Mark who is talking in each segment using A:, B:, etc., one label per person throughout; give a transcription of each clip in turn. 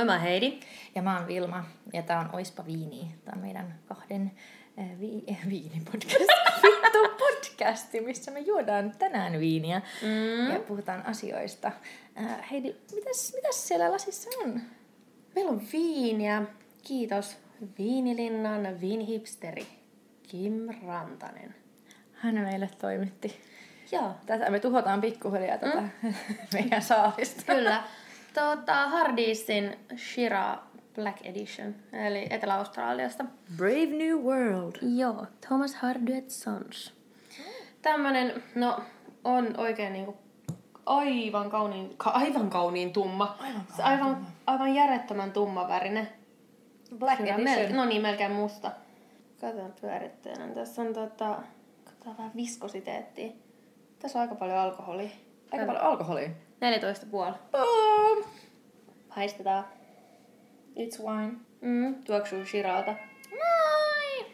A: mä oon Heidi.
B: Ja mä oon Vilma, ja tää on Oispa Viini. Tää on meidän kahden viinipodcasti, missä me juodaan tänään viiniä ja puhutaan asioista. Heidi, mitäs siellä lasissa on?
A: Meillä on viiniä. Kiitos Viinilinnan viinihipsteri Kim Rantanen.
B: Hän meille toimitti.
A: Joo.
B: Tätä me tuhotaan pikkuhiljaa tätä meidän saalista.
A: Kyllä. Hardiesin Shiraz Black Edition, eli Etelä-Australiasta.
B: Brave New World.
A: Joo, Thomas Hardy Sons. Tämmönen, on oikein niinku aivan kauniin tumma. Aivan järjettömän tumma värinen.
B: Black Edition.
A: Melkein musta. Katsotaan pyöritteenä. Tässä on katsotaan vähän viskositeettia. Tässä on aika paljon alkoholia.
B: Aika paljon alkoholia.
A: 14,5.
B: Boom!
A: Haistetaan.
B: It's wine.
A: Tuoksuu Shirazalta.
B: Moi!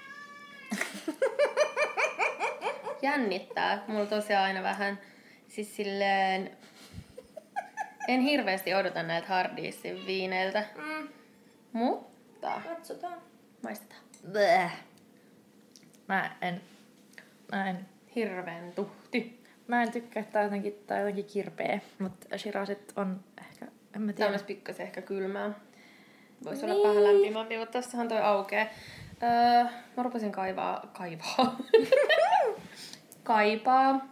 A: Jännittää. Mulla tosiaan aina vähän, siis silleen, en hirveästi odota näiltä Hardiesin viineiltä. Mutta
B: Katsotaan.
A: maistetaan.
B: Bleh. Mä en.
A: Hirveän tuhti.
B: Mä en tykkää, että tää on jotenkin kirpeä, mutta Shirazit on ehkä, en mä
A: Tää
B: tiedä.
A: on myös pikkasen ehkä kylmää. Voisi olla vähän lämpimämpi, mutta tässähän toi aukee. Mä rupesin kaipaa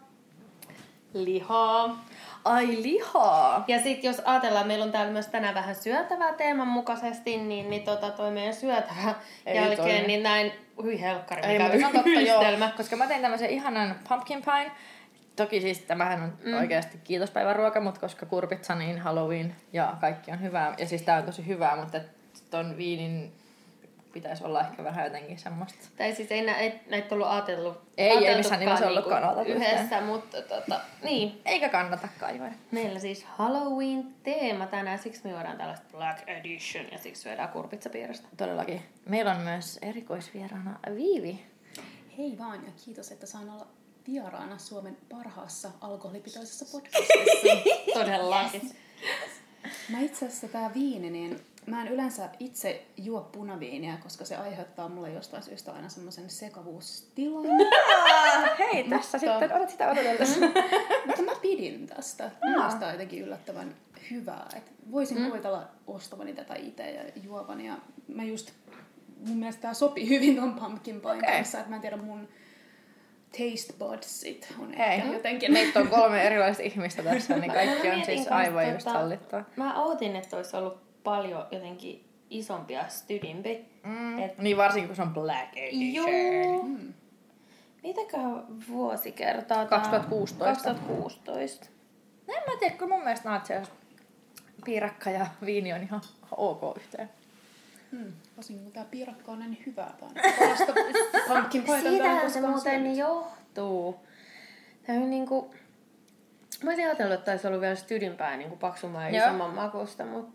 A: lihaa.
B: Ai lihaa!
A: Ja sit jos ajatellaan, meillä on täällä myös tänään vähän syötävää teeman mukaisesti, niin toi meidän syötävä jälkeen, niin näin, helkkari, mikä yhdistelmä.
B: Koska mä tein tämmöisen ihanan pumpkin pie. Toki siis tämähän on oikeasti kiitospäivän ruoka, mutta koska kurpitsa, niin Halloween ja kaikki on hyvää. Ja siis tää on tosi hyvää, mutta ton viinin pitäisi olla ehkä vähän jotenkin semmoista.
A: Tai siis ei näitä ollut ajateltu.
B: Ei missään nimessä ollutkaan ajateltu
A: yhdessä, mutta niin.
B: Eikä kannatakaan juoda.
A: Meillä siis Halloween-teema tänään, siksi me juodaan tällaista Black Edition ja siksi syödään kurpitsapiirasta.
B: Todellakin. Meillä on myös erikoisvieraana Viivi.
C: Hei vaan ja kiitos, että saan olla vieraana Suomen parhaassa alkoholipitoisessa podcastissa.
A: Todellakin.
C: Mä itse asiassa tää viini, niin mä en yleensä itse juo punaviiniä, koska se aiheuttaa mulle jostain syystä aina semmoisen sekavuustilan.
B: Hei, tässä sitten olet sitä odotellessa.
C: Mutta mä pidin tästä. Mielestäni on jotenkin yllättävän hyvää. Et voisin kuvitella ostavani tätä itse ja juovani. Ja mun mielestä tää sopii hyvin ton pumpkin pien kanssa. Et mä en tiedä, mun taste budsit on ehkä jotenkin.
B: Meitä on 3 erilaista ihmistä tässä, niin kaikki on siis aivan just hallittua.
A: Mä ootin, että olisi ollut paljon jotenkin isompia stydimpi.
B: Niin varsinkin, kun se on Black Edition.
A: Mitäköhän vuosi kertaa?
B: 2016.
A: 2016.
B: En mä tiedä, kun mun mielestä naatsia piirakka ja viini on ihan ok yhteen.
C: Varsinkin kun tää piirakka on niin hyvää. Parasta pumpkin pieta.
A: Siitähän se muuten johtuu. Tämä on niinku... Mä olisin ajatellut, että taisi ollut vielä stydimpää niinku paksumman ja isomman makusta, mutta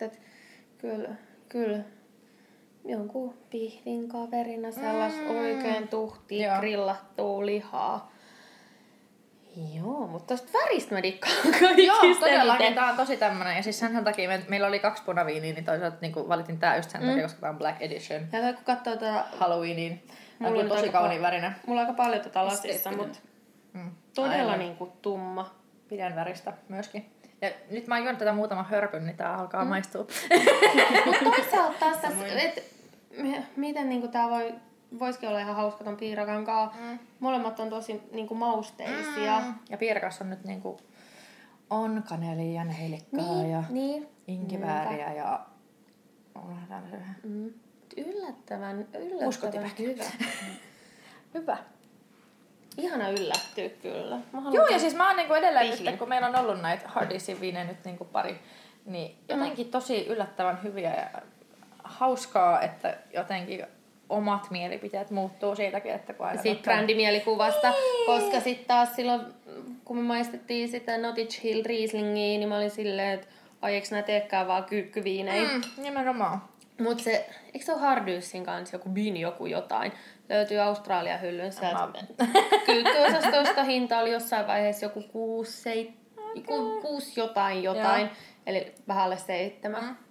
A: kyllä jonkun pihvin kaverina sellaista oikein tuhtia grillattua lihaa. Joo, mutta tosta väristä mä dikkaan kaikista.
B: Joo, todellakin. Tää on tosi tämmönen. Ja siis sen takia meillä oli 2 punaviiniä, niin toisaalta niin valitin tää just sen takia, koska tää on Black Edition.
A: Ja kun katsoo tätä...
B: Halloweeniin. Mulla on tosi kauniin värinen.
A: Mulla on aika paljon tätä lasista, mutta todella niinku tumma.
B: Pidän väristä myöskin. Ja nyt mä oon juonut tätä muutaman hörpyn, niin tää alkaa maistua.
A: Mutta toisaalta taas tässä, miten niinku tää voisikin olla ihan hauska ton piirakan kanssa. Molemmat on tosi niinku mausteisia.
B: Ja piirakas on nyt niinku on kanelia ja neilikkaa ja inkivääriä ja on tämmöisen
A: Yllättävän
B: uskotipäkki.
A: hyvä.
B: Hyvä.
A: Ihana yllättyä kyllä.
B: Joo, ja siis mä oon niinku edelleen nyt, kun meillä on ollut näitä Hardiesin viinejä nyt niinku pari, niin jotenkin tosi yllättävän hyviä ja hauskaa, että jotenkin omat mielipiteet muuttuu siitäkin, että kun aina...
A: Siitä brändimielikuvasta, koska sitten taas silloin, kun me maistettiin sitä Nottage Hill Rieslingiä, niin mä olin silleen, että eikö nää teekään vaan kyykkyviinejä.
B: Nimenomaan.
A: Mut se, eikö se ole Hardiesin kanssa joku Bean joku jotain? Löytyy Australian hyllyn sieltä. Kyykkyosastosta hinta oli jossain vaiheessa joku 6 jotain. Eli vähän alle 7.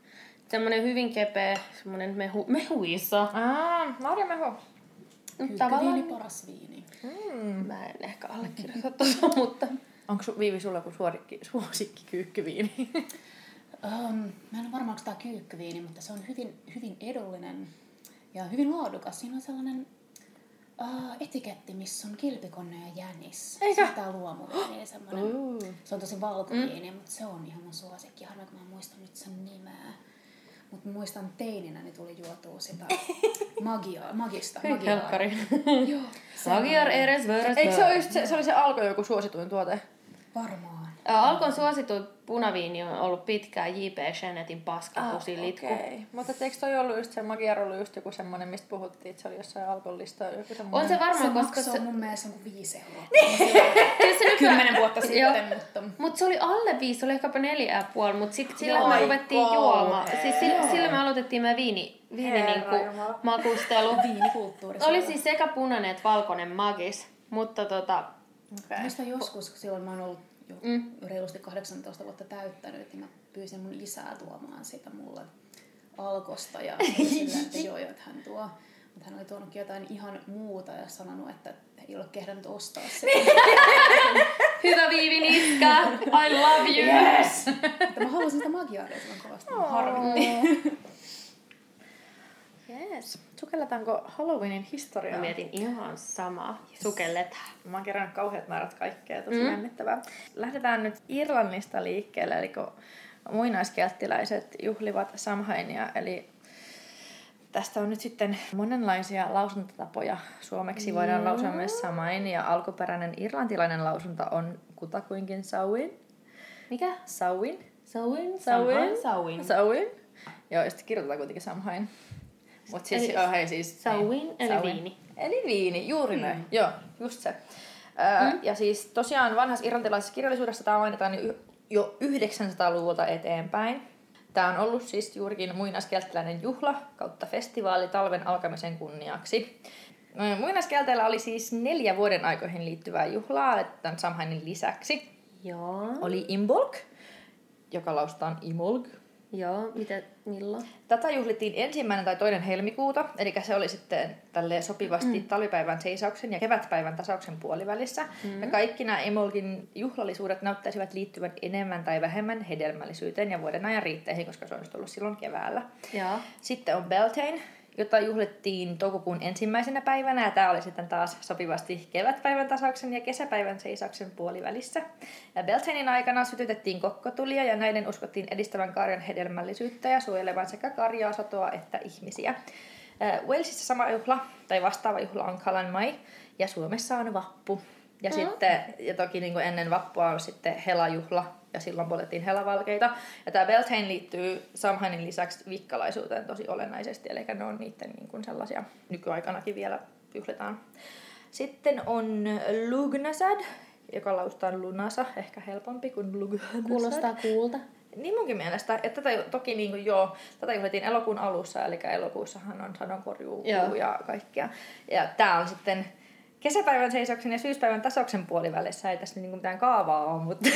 A: semmonen hyvin kepeä, semmonen mehuissa.
B: Marjamehu.
C: Kyykkyviini, paras viini.
A: Mä en ehkä allekirjoita tuossa, mutta...
B: Onko Viivi sulla joku suosikki kyykkyviini?
C: Mä en ole varma, onko tää kyykkyviini, mutta se on hyvin, hyvin edullinen ja hyvin laadukas. Siinä on sellainen etiketti, missä on kilpikonne ja jänis.
B: Eikä?
C: Sitä luomuviini, semmoinen. Se on tosi valkoviini, mutta se on ihan mun suosikki. Harmi, kun mä en muista nyt sen nimeä. Mutta muistan teininä, niin tuli juotua sitä magista.
A: Helkkari.
C: Joo.
A: Magyar eres vörös.
B: Eikö se ole just se oli se Alkon joku suosituin tuote?
C: Varmaan.
A: Alkon suosituin punaviini on ollut pitkään J.P. Chenetin paskapusilitku.
B: Okay. Mutta eikö toi ollut just se Magyar ollut just joku semmonen, mistä puhuttiin, että se oli jossain Alkon listalla joku semmonen?
A: On se varmaan,
C: se
A: koska
C: maksoi
A: se...
C: mun mielestä kuin 5 euroa.
A: Niin.
C: 10 vuotta sitten,
A: Joo.
C: mutta...
A: Mutta se oli alle 5, se oli ehkäpä 4,5, mutta sillä me ruvettiin juomaan. Siis sillä me aloitettiin meidän viini niinku makustelu.
C: Viinikulttuuri.
A: Oli siis sekä punainen että valkoinen magis, mutta
B: Okay.
C: Muista joskus, kun silloin mä oon ollut jo reilusti 18 vuotta täyttänyt, niin mä pyysin mun isää tuomaan sitä mulle Alkosta ja sillä, että joo, että hän tuo. Mutta hän oli tuonutkin jotain ihan muuta ja sanonut, että ei ole kehdannut ostaa sitä.
A: hyvä Viivi Niska, I love you.
B: Yes!
C: Mutta mä haluaisin sitä Magyaria silloin kovasti. Harmitti.
B: Yes. Sukelletaanko Halloweenin historiaa?
A: Mä mietin ihan samaa. Sukelletaan.
B: Mä oon kerännyt kauheat määrät kaikkea, tosi jännittävää. Lähdetään nyt Irlannista liikkeelle, eli kun muinaiskelttiläiset juhlivat Samhainia, eli tästä on nyt sitten monenlaisia lausuntatapoja. Suomeksi voidaan lausua myös Samain, ja alkuperäinen irlantilainen lausunta on kutakuinkin Samhain.
A: Mikä?
B: Samhain.
A: Samhain.
B: Joo, ja sitten kirjoitetaan kuitenkin Samhain. Mut siis, siis
A: Samhain, eli viini.
B: Eli viini, juuri näin. Joo, just se. Ja siis tosiaan vanhassa irlantilaisessa kirjallisuudessa tämä mainitaan jo 900-luvulta eteenpäin. Tämä on ollut siis juurikin muinaiskelttiläinen juhla kautta festivaali talven alkamisen kunniaksi. Muinaiskelteillä oli siis 4 vuoden aikoihin liittyvää juhlaa tämän Samhainin lisäksi.
A: Joo.
B: Oli Imbolc, joka lausutaan Imolg.
A: Joo, milloin?
B: Tätä juhlittiin 1. tai 2. helmikuuta, eli se oli sitten tälleen sopivasti talvipäivän seisauksen ja kevätpäivän tasauksen puolivälissä. Ja kaikki nämä Imolgin juhlallisuudet näyttäisivät liittyvän enemmän tai vähemmän hedelmällisyyteen ja vuoden ajan riitteihin, koska se on ollut silloin keväällä.
A: Joo.
B: Sitten on Beltane, jota juhlittiin toukokuun 1. päivänä, ja tämä oli sitten taas sopivasti kevätpäivän tasauksen ja kesäpäivän seisauksen puolivälissä. Ja Beltanein aikana sytytettiin kokkotulia, ja näiden uskottiin edistävän karjan hedelmällisyyttä ja suojelevan sekä karjaa, satoa että ihmisiä. Walesissa sama juhla, tai vastaava juhla on Calan Mai, ja Suomessa on vappu. Ja sitten, ja toki niin kuin ennen vappua on sitten helajuhla, ja silloin poltettiin helavalkeita. Ja tämä Beltane liittyy Samhainin lisäksi vikkalaisuuteen tosi olennaisesti, eli ne on niiden niin kuin sellaisia nykyaikanakin vielä juhlitaan. Sitten on Lugnasad, joka lausutaan Lunasa, ehkä helpompi kuin Lugnasad.
A: Kuulostaa kuulta.
B: Niin munkin mielestä, että tätä toki niin kuin tätä juhlittiin elokuun alussa, eli elokuussahan on sadonkorjuu ja kaikkea. Ja tää on sitten kesäpäivän seisauksen ja syyspäivän tasauksen puolivälissä. Ei tässä niinku mitään kaavaa ole, mutta...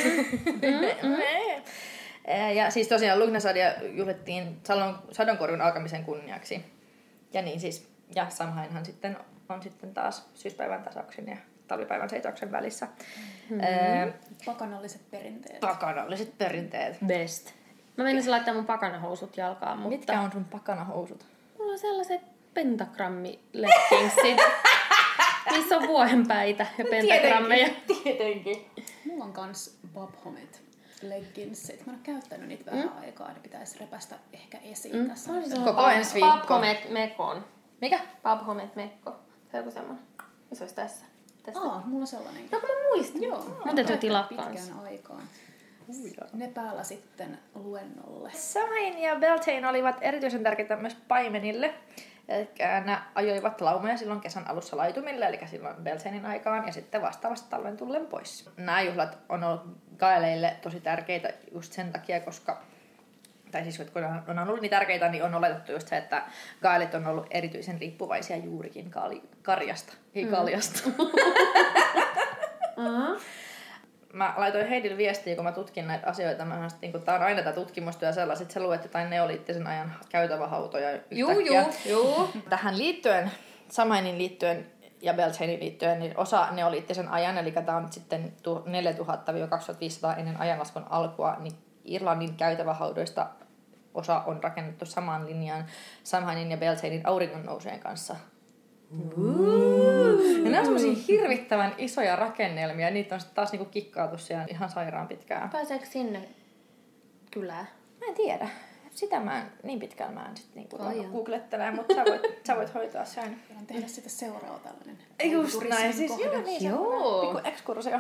B: Ja siis tosiaan Lugnasadia juhlittiin sadonkorjun alkamisen kunniaksi. Ja niin siis, ja Samhainhan sitten on sitten taas syyspäivän tasauksen ja talvipäivän seisauksen välissä.
C: Pakanalliset perinteet.
B: Pakanalliset perinteet.
A: Best. Mä menisin laittaa mun pakanahousut jalkaan, mutta...
B: Mitkä on sun pakanahousut?
A: Mulla on sellaiset pentagrammi-leggingsit, missä on vuohenpäitä ja pentagrammeja.
B: Tietenkin.
C: Mulla on kans Bob Homet leggingsit. Mä en ole käyttänyt niitä vähän aikaa, niin pitäisi repästä ehkä esiin tässä.
B: Koko ensi viikko.
A: Bob Homet Mekon.
B: Mikä?
A: Bob Homet Mekko. Se on joku semmonen. Se olisi tässä.
C: Mulla on sellainen.
A: No kun mä muistan.
C: Joo.
A: Mun täytyy tilaa
C: pitkään
A: kans.
C: aikaan. Ne päällä sitten luennolle.
B: Samhain ja Beltane olivat erityisen tärkeitä myös paimenille. Eli nämä ajoivat laumoja silloin kesän alussa laitumille, eli silloin Beltanein aikaan, ja sitten vastaavasti talven tullen pois. Nämä juhlat on ollut gaeleille tosi tärkeitä just sen takia, koska, tai siis kun on ollut niin tärkeitä, niin on oletettu just se, että gaelit on ollut erityisen riippuvaisia juurikin karjasta, ei kaljasta. mä laitoin Heidille viestiä, kun mä tutkin näitä asioita. Mä sanoin, että tää on aina tää tutkimustyö sellaiset. Sä luet jotain neoliittisen ajan käytävähautoja yhtäkkiä.
A: Juu.
B: Tähän liittyen, Samhainin liittyen ja Beltanein liittyen, niin osa neoliittisen ajan, eli tämä on sitten 4000-2500 ennen ajanlaskun alkua, niin Irlannin käytävähaudoista osa on rakennettu samaan linjaan Samhainin ja Beltanein auringonnouseen kanssa. Ja ne on semmosia hirvittävän isoja rakennelmia, ja niitä on taas niinku kikkailtu siellä ihan sairaan pitkään.
A: Pääseekö sinne kylään?
B: Mä en tiedä. Sitä niin pitkään mä en sit niinku googlettele, mutta sä voit hoitaa sen.
C: Voidaan tehdä sitä seuraava tällainen.
B: Just näin, siis joo, pikku ekskursio.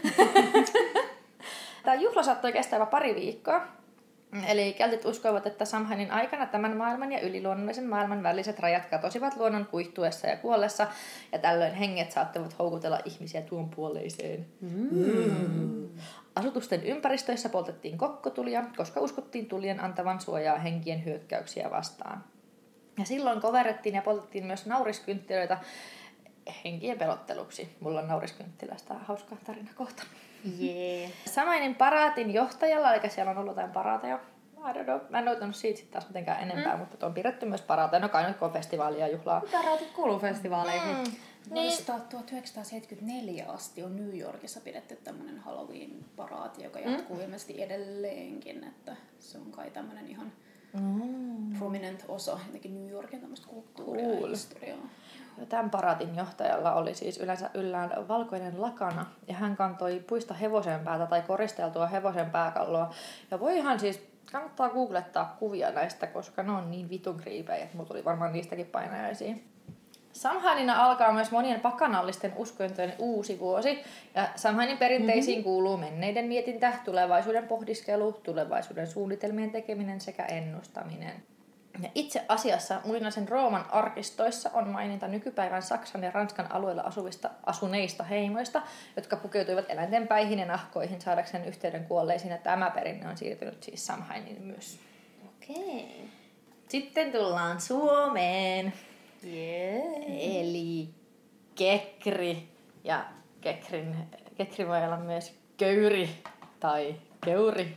B: Tämä juhla saattoi kestää jopa pari viikkoa. Eli keltit uskoivat, että Samhainin aikana tämän maailman ja yliluonnollisen maailman väliset rajat katosivat luonnon kuihtuessa ja kuollessa, ja tällöin henget saattoivat houkutella ihmisiä tuon puoleiseen. Asutusten ympäristöissä poltettiin kokkotulia, koska uskottiin tulien antavan suojaa henkien hyökkäyksiä vastaan. Ja silloin koverrettiin ja poltettiin myös nauriskynttilöitä henkien pelotteluksi. Mulla on nauriskynttilästä hauska tarina kohta.
A: Yeah.
B: Samainen paraatin johtajalla, eli siellä on ollut jotain paraateja. Mä en noittanut siitä sitten taas mitenkään enempää, mutta on pidetty myös paraateja. No kai nyt on festivaalia ja juhlaa.
A: Paraatit kuuluu festivaaleihin.
C: Vuodesta 1974 asti on New Yorkissa pidetty tämmöinen Halloween-paraati, joka jatkuu ilmeisesti edelleenkin. Että se on kai tämmöinen ihan prominent osa jotenkin New Yorkin tämmöistä kulttuuria ja historiaa.
B: Tämän paraatin johtajalla oli siis yleensä yllään valkoinen lakana, ja hän kantoi puista hevosen päätä tai koristeltua hevosen pääkalloa. Ja voihan siis, kannattaa googlettaa kuvia näistä, koska ne on niin vitun kriipejä, että mulla tuli varmaan niistäkin painajaisia. Samhainina alkaa myös monien pakanallisten uskontojen uusi vuosi, ja Samhainin perinteisiin kuuluu menneiden mietintä, tulevaisuuden pohdiskelu, tulevaisuuden suunnitelmien tekeminen sekä ennustaminen. Ja itse asiassa muinaisen Rooman arkistoissa on maininta nykypäivän Saksan ja Ranskan alueella asuneista heimoista, jotka pukeutuivat eläinten päihin ja nahkoihin saadakseen yhteyden kuolleisiin, ja tämä perinne on siirtynyt siis Samhainiin myös.
A: Okei.
B: Sitten tullaan Suomeen.
A: Yeah.
B: Eli kekri. Ja kekri voi olla myös köyri tai keuri.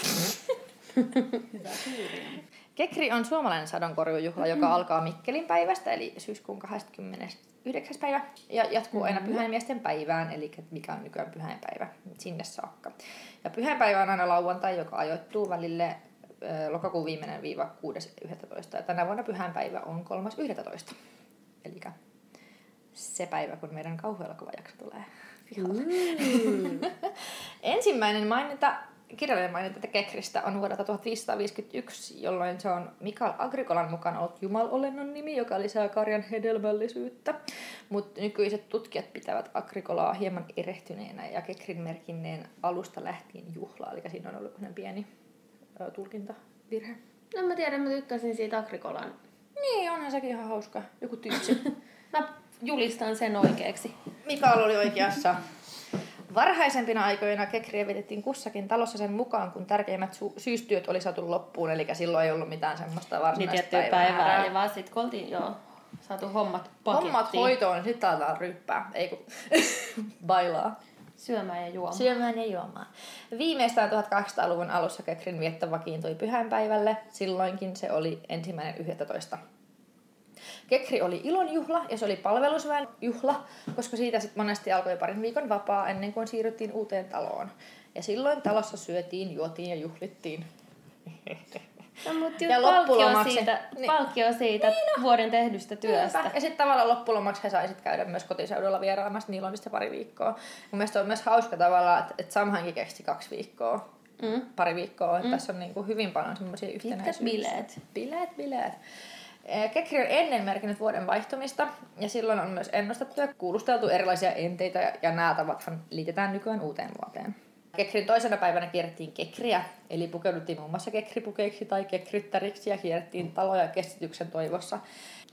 C: Hyvä kyyri.
B: Kekri on suomalainen sadonkorjuujuhla, joka alkaa Mikkelin päivästä, eli syyskuun 29. päivä, ja jatkuu aina pyhäinmiesten päivään, eli mikä on nykyään pyhäinpäivä, sinne saakka. Ja pyhäinpäivä on aina lauantai, joka ajoittuu välille lokakuun viimeinen viiva 6.11. Ja tänä vuonna pyhäinpäivä on 3.11. Eli se päivä, kun meidän kauhuelokuvajakso tulee pihalle. Ensimmäinen kirjallinen maininta Kekristä on vuodelta 1551, jolloin se on Mikael Agricolan mukaan ollut jumalolennon nimi, joka lisää karjan hedelmällisyyttä. Mutta nykyiset tutkijat pitävät Agricolaa hieman erehtyneenä ja Kekrin merkinneen alusta lähtien juhlaa, eli siinä on ollut pieni tulkintavirhe.
A: No mä tiedän, mä tykkäsin siitä Agricolan.
B: Niin, onhan sekin ihan hauska. Joku tyypsi.
A: Mä julistan sen oikeaksi.
B: Mikael oli oikeassa. Varhaisempina aikoina kekriä vietettiin kussakin talossa sen mukaan, kun tärkeimmät syystyöt oli saatu loppuun, eli silloin ei ollut mitään semmoista varsinaista
A: päivää. Eli vaan sit kun oltiin saatu hommat pakettiin.
B: Hommat hoitoon, sit aletaan ryppää, ei kun bailaa.
A: Syömään ja juomaan.
B: Syömään ja juomaan. Viimeistään 1800-luvun alussa kekrin vietto vakiintui pyhäinpäivälle, silloinkin se oli 1.11. Kekri oli ilonjuhla ja se oli palvelusväen juhla, koska siitä sitten monesti alkoi parin viikon vapaa ennen kuin siirryttiin uuteen taloon. Ja silloin talossa syötiin, juotiin ja juhlittiin.
A: No, mutta palkkio siitä vuoden tehdystä työstä.
B: Niinpä. Ja sitten tavallaan loppulomaksi he saisit käydä myös kotiseudulla vieraamassa, niillä on sitten pari viikkoa. Mun mielestä on myös hauska tavallaan, että Samhainkin kesti 2 viikkoa, pari viikkoa, että tässä on niinku hyvin paljon semmoisia yhtenäisyyksiä. Bileet. Kekri on ennen merkinnyt vuoden vaihtumista, ja silloin on myös ennustettu ja kuulusteltu erilaisia enteitä, ja nämä tavathan liitetään nykyään uuteen vuoteen. Kekrin toisena päivänä kierrettiin kekriä, eli pukeuduttiin muun muassa kekripukeiksi tai kekryttäriksi, ja kierrettiin taloja kestityksen toivossa.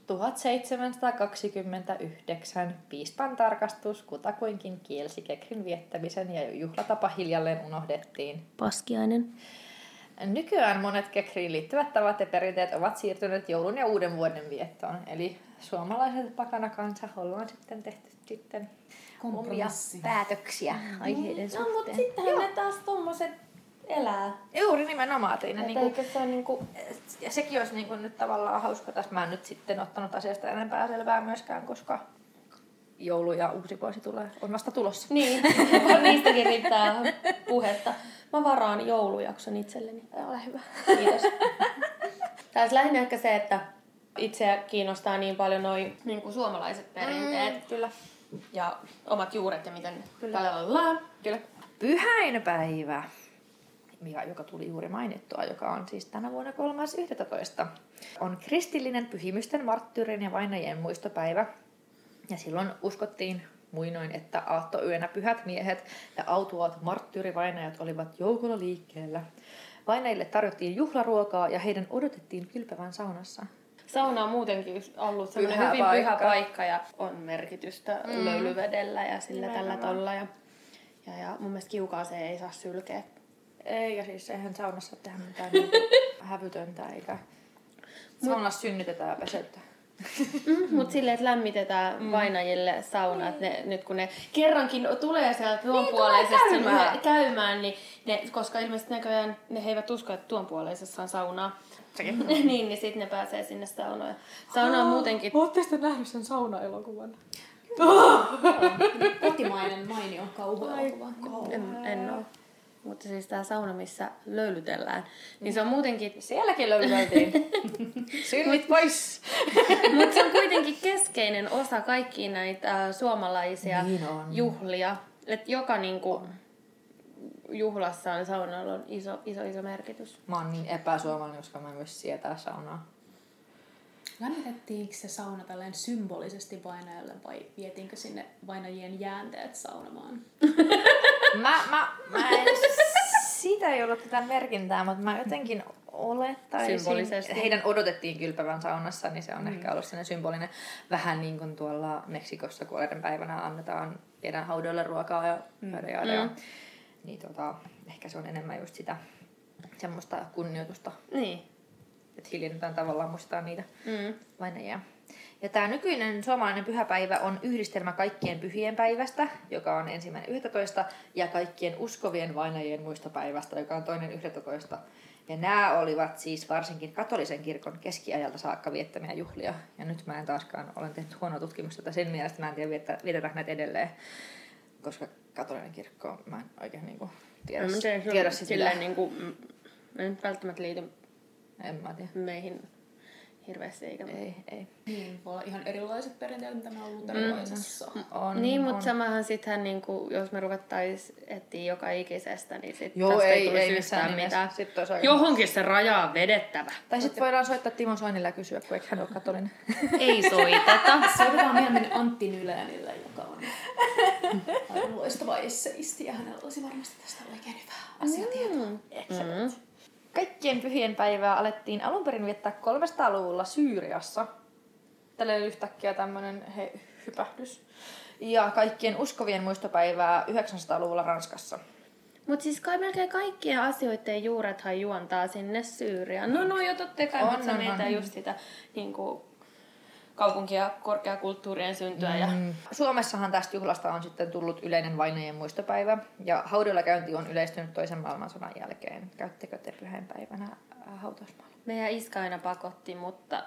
B: 1729 piispan tarkastus kutakuinkin kielsi kekrin viettämisen, ja juhlatapa hiljalleen unohdettiin.
A: Paskiainen.
B: Nykyään monet kekriin liittyvät tavat ja perinteet ovat siirtyneet joulun ja uuden vuoden viettoon. Eli suomalaiset pakanakansa ollaan sitten tehty sitten omia päätöksiä aiheiden
A: No, mutta
B: suhteen.
A: sittenhän ne taas tommoset elää.
B: Juuri nimenomaan siinä.
A: Eikö se on niinku...
B: Ja sekin olisi nyt tavallaan hauska. Tässä mä en nyt sitten ottanut asiasta enempää selvää myöskään, koska joulu ja uusi vuosi on vasta tulossa.
A: Niin, niistäkin riittää puhetta. Mä varaan joulujakson itselleni. Ole hyvä. Kiitos. Tässä lähinnä ehkä se, että itseä kiinnostaa niin paljon noi niin kuin suomalaiset perinteet.
B: Kyllä.
A: Ja omat juuret ja miten
B: Kyllä.
A: Kyllä.
B: Pyhäinpäivä, joka tuli juuri mainittua, joka on siis tänä vuonna 3.11. on kristillinen pyhimysten, marttyyrin ja vainajien muistopäivä. Ja silloin uskottiin muinoin, että aattoyönä pyhät miehet ja autuaat marttyyrivainajat olivat joukolla liikkeellä. Vainajille tarjottiin juhlaruokaa ja heidän odotettiin kylpevän saunassa.
A: Sauna on muutenkin ollut sellainen hyvin pyhä paikka ja on merkitystä löylyvedellä ja sillä tällä tolla. Ja mun mielestä kiukaaseen ei saa sylkeä.
B: Ei, ja siis eihän saunassa tehdä mitään hävytöntä, eikä saunassa synnytetään ja peseyttää.
A: Mutta silleen, että lämmitetään vainajille saunat, nyt kun ne kerrankin tulee sieltä tuonpuoleisesti käymään, niin koska ilmeisesti näköjään he eivät usko, että tuonpuoleisessa on saunaa. niin sitten ne pääsee sinne saunaan. Sauna on muutenkin...
B: Ootte sitten nähnyt sen sauna-elokuvan?
C: Kotimainen mainio kauhuelokuva.
A: En oo. Mutta siis tää sauna, missä löylytellään, niin se on muutenkin...
B: Sielläkin löylyteltiin. Synnit pois!
A: Mutta se on kuitenkin keskeinen osa kaikkia näitä suomalaisia juhlia. Että joka niinku juhlassaan saunalla on iso merkitys.
B: Mä oon niin epäsuomalainen, koska mä en voi sietää saunaa.
C: Lämmitettiinkö se sauna tälleen symbolisesti vainajalle vai vietiinkö sinne vainajien jäänteet saunomaan?
B: Mä en siitä ei ollut tätä merkintää, mutta mä jotenkin olettaisin.
A: Symbolisesti.
B: Heidän odotettiin kylpevän saunassa, niin se on ehkä ollut sellainen symbolinen. Vähän niin kuin tuolla Meksikossa kuolleiden päivänä viedään haudoille ruokaa ja ja niin ehkä se on enemmän just sitä semmoista kunnioitusta.
A: Niin.
B: Että hiljennytään tavallaan muistetaan niitä vainajia. Ja tämä nykyinen suomalainen pyhäpäivä on yhdistelmä kaikkien pyhien päivästä, joka on 1.11. ja kaikkien uskovien vainajien muistopäivästä, joka on 2.11. Ja nämä olivat siis varsinkin katolisen kirkon keskiajalta saakka viettämiä juhlia. Ja nyt mä en taaskaan, olen tehnyt huonoa tutkimusta, että sen mielestä mä en tiedä vietetäänkö näitä edelleen, koska katolinen kirkko, mä en oikein niinku tiedä sitä.
A: Niinku, mä en välttämättä liity meihin hirveästi eikä
B: ei.
C: Niin, voi olla ihan erilaiset perinteet, mitä me on luterilaisessa.
A: Niin, mutta samahan sittenhän, niinku, jos me ruvettais etsiä joka ikisestä, niin sit
B: joo,
A: tästä
B: ei
A: tulisi yhtään mitään.
B: Aika...
A: Johonkin se raja on vedettävä.
B: Tai sitten voidaan soittaa Timo Soinille ja kysyä, kun eikö hän ole katolinen.
A: Ei soiteta.
C: Soitetaan mieluummin Antti Nylänille, joka on aivan loistava esseisti ja hänellä olisi varmasti tästä oikein hyvää asiatietoa.
B: Kaikkien pyhien päivää alettiin alun perin viettää 300-luvulla Syyriassa. Tällä yhtäkkiä tämmönen hypähdys. Ja kaikkien uskovien muistopäivää 900-luvulla Ranskassa.
A: Mut siis kai melkein kaikkien asioiden juurethan juontaa sinne Syyriaan. No jo totta kai, mutta meitä just sitä niinku kaupunki- ja korkeakulttuurien syntyä. Ja...
B: Suomessahan tästä juhlasta on sitten tullut yleinen vainajien muistopäivä. Ja haudoilla käynti on yleistynyt toisen maailmansodan jälkeen. Käyttekö te pyhäinpäivänä hautausmaalla?
A: Meidän iskä aina pakotti, mutta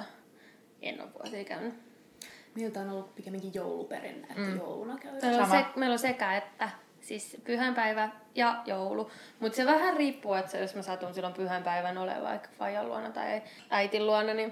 A: en ole vuosia käynyt.
C: Meiltä on ollut pikemminkin jouluperinne, että jouluna käydään.
A: Meillä on sekä että. Siis pyhäinpäivä ja joulu. Mutta se vähän riippuu, että jos mä satun silloin pyhäinpäivän olemaan vaikka faijan luona tai äitin luona, niin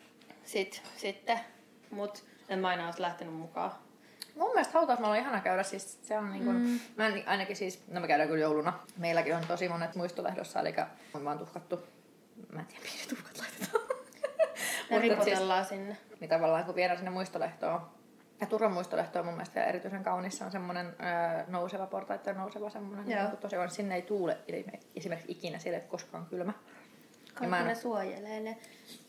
A: sitten. Mut en mä aina olisi lähtenyt mukaan.
B: Mun mielestä hautausmaalla on ihana käydä. Siis se on niin kuin, mä ainakin siis, no me käydään kyllä jouluna. Meilläkin on tosi monet muistolehdossa, eli on vaan tuhkattu. Mä en tiedä, mihin tuhkat laitetaan.
A: Ne ripotellaan sinne.
B: Niin tavallaan kun viedään sinne muistolehtoon. Ja Turun muistolehto on mun mielestä erityisen kaunis. Se on semmoinen nouseva portaita, nouseva semmoinen. Niin tosiaan sinne ei tuule esimerkiksi ikinä, siellä ei koskaan kylmä.
A: Kaikki ne suojelee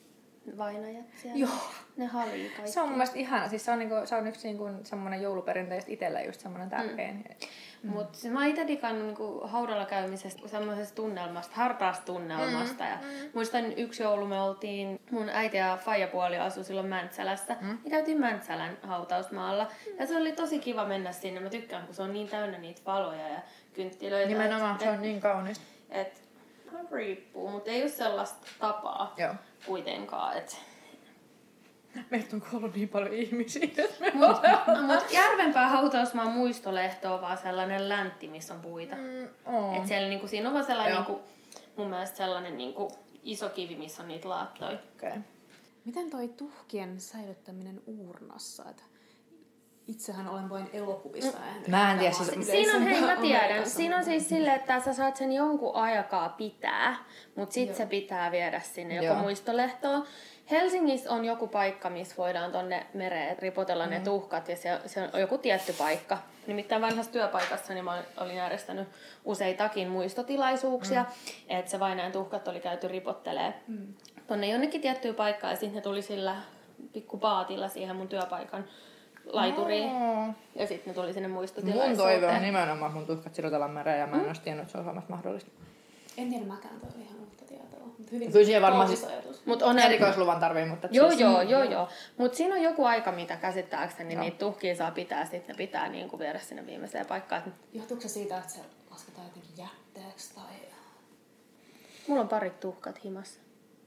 A: vainajat siellä.
B: Joo.
A: Ne halii kaikki.
B: Se on mun mielestä ihana. Siis se on yksi niinku semmoinen jouluperinteistä itsellä just semmoinen tärkein.
A: Mutta mä oon itse digannut niinku haudalla käymisestä, semmoisesta tunnelmasta, hartaasta tunnelmasta. Ja muistan yksi joulu me oltiin, mun äiti ja faijapuoli asui silloin Mäntsälässä. Ja käytiin Mäntsälän hautausmaalla. Ja se oli tosi kiva mennä sinne. Mä tykkään, kun se on niin täynnä niitä valoja ja kynttilöitä.
B: Nimenomaan, se on niin kaunista.
A: Riippuu, mutta ei ole sellaista tapaa kuitenkaan.
B: Meiltä on kuollut niin paljon ihmisiä.
A: Mutta Järvenpään hautausmaan muistolehto on vaan sellainen läntti, missä on puita. Et siellä niinku, siinä on vaan sellainen, niinku, mun mielestä sellainen niinku, iso kivi, missä on niitä laattoja.
B: Okay.
C: Miten toi tuhkien säilyttäminen uurnassa? Itsehän olen vain elokuvissa.
B: Mä en tiedä.
A: Siinä on, hei mä tiedän. Siinä on siis silleen, että sä saat sen jonkun aikaa pitää, mutta sit se pitää viedä sinne joko muistolehtoon. Helsingissä on joku paikka, missä voidaan tonne mereen ripotella ne tuhkat ja se on joku tietty paikka. Nimittäin vanhassa työpaikassa niin mä olin järjestänyt useitakin muistotilaisuuksia, että se vainajan tuhkat oli käyty ripottelee tonne jonnekin tiettyyn paikkaan ja sitten ne tuli sillä pikkupaatilla siihen mun työpaikan laituriin. Ja sitten ne tuli sinne muistotilaisuuteen.
B: Mun toive on nimenomaan, mun tuhkat sirotellaan mereen ja mä en olisi tiennyt, että se on Suomessa mahdollista.
C: En tiedä mäkään, toi oli ihan uutta tietoa.
B: Kyllä siihen varmaan
C: siis
B: on erikoisluvan tarvii, mutta...
A: Joo. Mutta siinä on joku aika, mitä käsittääkseni niitä tuhkia saa pitää, sitten ne pitää niinku viedä sinne viimeiseen paikkaan.
C: Johtuuko se siitä, että se lasketaan jotenkin jätteeksi tai...
A: Mulla on parit tuhkat himassa.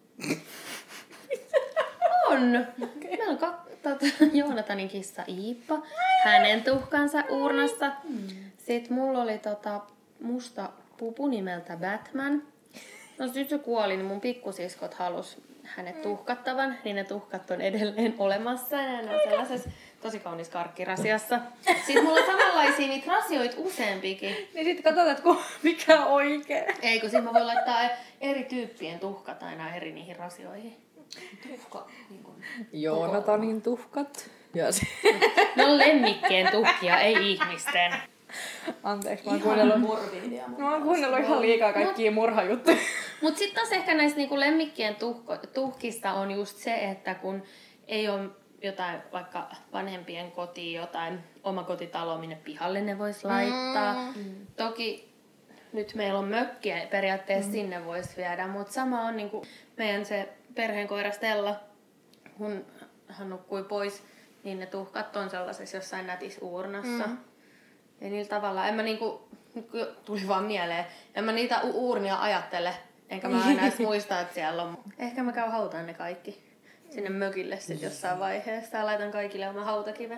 A: On! Meillä on Joonatanin kissa Iippa, hänen tuhkansa uurnassa. Sitten mulla oli musta pupu nimeltä Batman. No sitten se kuoli, niin mun pikkusiskot halus hänet tuhkattavan, niin ne tuhkat on edelleen olemassa. Ja ne on sellaisessa tosi kaunis karkkirasiassa. Sitten mulla on samanlaisia niitä rasioita useampikin.
B: Niin sit katsotaan, että mikä on oikein.
A: Ei, kun siinä mä voin laittaa eri tyyppien tuhkat aina eri niihin rasioihin.
C: Tuhka, niin kuin
B: Joonatanin tuhkat.
A: Ne on lemmikkien tuhkia, ei ihmisten.
B: Anteeksi, mä oon kuunnellut ihan liikaa kaikkia murhajuttuja.
A: Mut sit taas ehkä näistä niinku lemmikkien tuhkista on just se, että kun ei ole jotain vaikka vanhempien kotiin, jotain omakotitaloa, minne pihalle ne vois laittaa. Toki nyt meillä on mökkiä, periaatteessa sinne vois viedä, mutta sama on niinku meidän se perheenkoira Stella, kun hän nukkui pois, niin ne tuhkat on sellaisessa jossain nätissä uurnassa. Ja niillä tavalla, en mä niinku, tuli vaan mieleen, en mä niitä uurnia ajattele, enkä mä aina edes muista, että siellä on. Ehkä mä käyn hautaan ne kaikki sinne mökille sit jossain vaiheessa ja laitan kaikille oma hautakiven.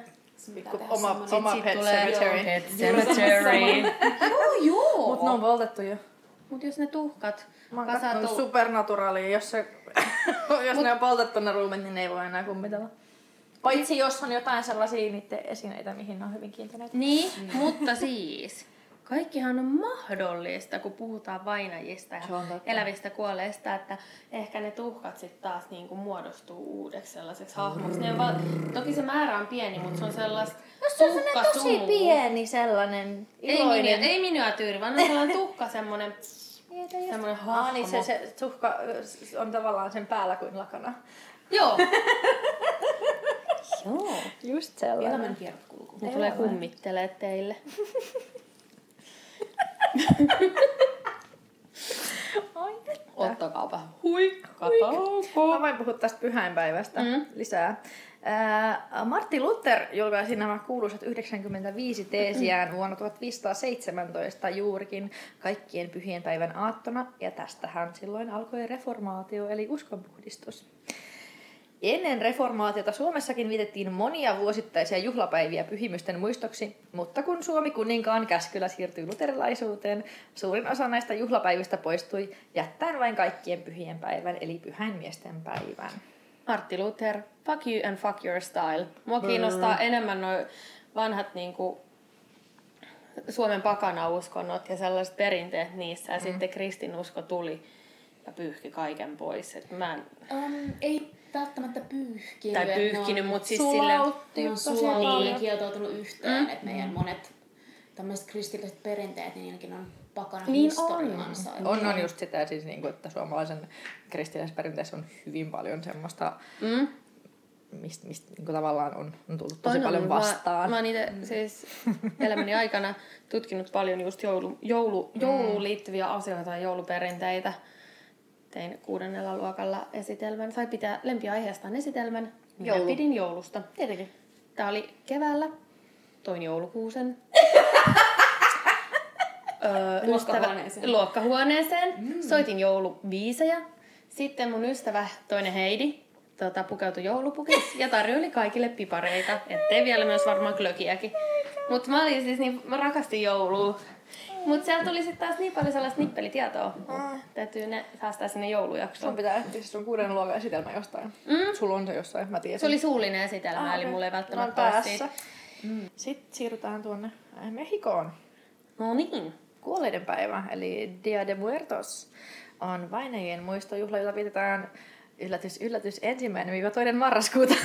B: Oma pet cemetery.
A: Pet cemetery.
C: Joo.
B: Mut ne on poltettu jo.
A: Mut jos ne tuhkat
B: kasautuu Supernaturalia, jos ne on poltettu ne ruumet, niin ne ei voi enää kummitella. Paitsi jos on jotain sellaisia niiden esineitä, mihin ne on hyvin kiintyneitä.
A: Niin, mutta siis kaikkihan on mahdollista, kun puhutaan vainajista ja elävistä kuolleista, että ehkä ne tuhkat sitten taas niinku muodostuu uudeksi sellaiseksi hahmoksi. Toki se määrä on pieni, mutta se on sellaista tuhkasumua.
B: Tosi pieni sellainen iloinen.
A: Ei miniatyyri, vaan on sellainen tuhka semmoinen hahmo.
B: Niin se tuhka on tavallaan sen päällä kuin lakana.
A: Joo.
B: Joo. Just sellainen.
C: Elämän kiertokulku.
A: Ne tulee kummittelee teille. Ottakaapa huikkatauko.
B: Mä voin puhua tästä pyhäinpäivästä lisää. Martti Luther julkaisi nämä kuuluisat 95 teesiään vuonna 1517 juurikin kaikkien pyhien päivän aattona, ja tästähän silloin alkoi reformaatio eli uskonpuhdistus. Ennen reformaatiota Suomessakin vietettiin monia vuosittaisia juhlapäiviä pyhimysten muistoksi, mutta kun Suomi kuninkaan käskyllä siirtyi luterilaisuuteen, suurin osa näistä juhlapäivistä poistui, jättäen vain kaikkien pyhien päivän eli pyhäinmiesten päivän.
A: Martti Luther, fuck you and fuck your style. Mua kiinnostaa enemmän nuo vanhat niinku Suomen pakanauskonnot ja sellaiset perinteet niissä, ja sitten kristinusko tuli ja pyyhki kaiken pois. Et mä
C: ei välttämättä pyyhkinyt.
A: Tai pyyhkinyt, mutta siis silleen
C: ne on sulautunut ja kietoutunut yhteen, että meidän monet tämmöiset kristilliset perinteet, niin niilläkin on pakana
A: Niin
C: historiansa.
B: On just sitä siis, niin kuin, että suomalaisen kristillisessä perinteessä on hyvin paljon semmoista, mistä niin tavallaan on tullut tosi paljon vastaan.
A: Mä oon itse siis elämäni aikana tutkinut paljon just jouluun liittyviä asioita ja jouluperinteitä. Tein 6. luokalla esitelmän, sai pitää lempiaiheestaan esitelmän. Minä pidin joulusta.
B: Tietenkin.
A: Tää oli keväällä. Toin joulukuusen. Luokkahuoneeseen. Soitin joulubiisejä. Sitten mun ystävä, toinen Heidi, pukeutui joulupukiksi ja tarjoili kaikille pipareita. Ettei vielä myös varmaan glögiäkin. Mut mä olin siis niin, mä rakastin joulua. Mut sieltä tuli sitten taas niin paljon sellaista nippelitietoa. Täytyy ne säästää sinne joulujaksoon.
B: Sun pitää etsiä sun 6. luokan esitelmä jostain. Sulla on se jossain, mä tiedän.
A: Se oli suullinen esitelmä, eli mulla ei välttämättä ole siitä.
B: Sitten siirrytään tuonne Mehikoon.
A: No niin.
B: Kuolleiden päivä, eli Dia de Muertos, on vainajien muistojuhla, jota vietetään yllätys 1.–2. marraskuuta.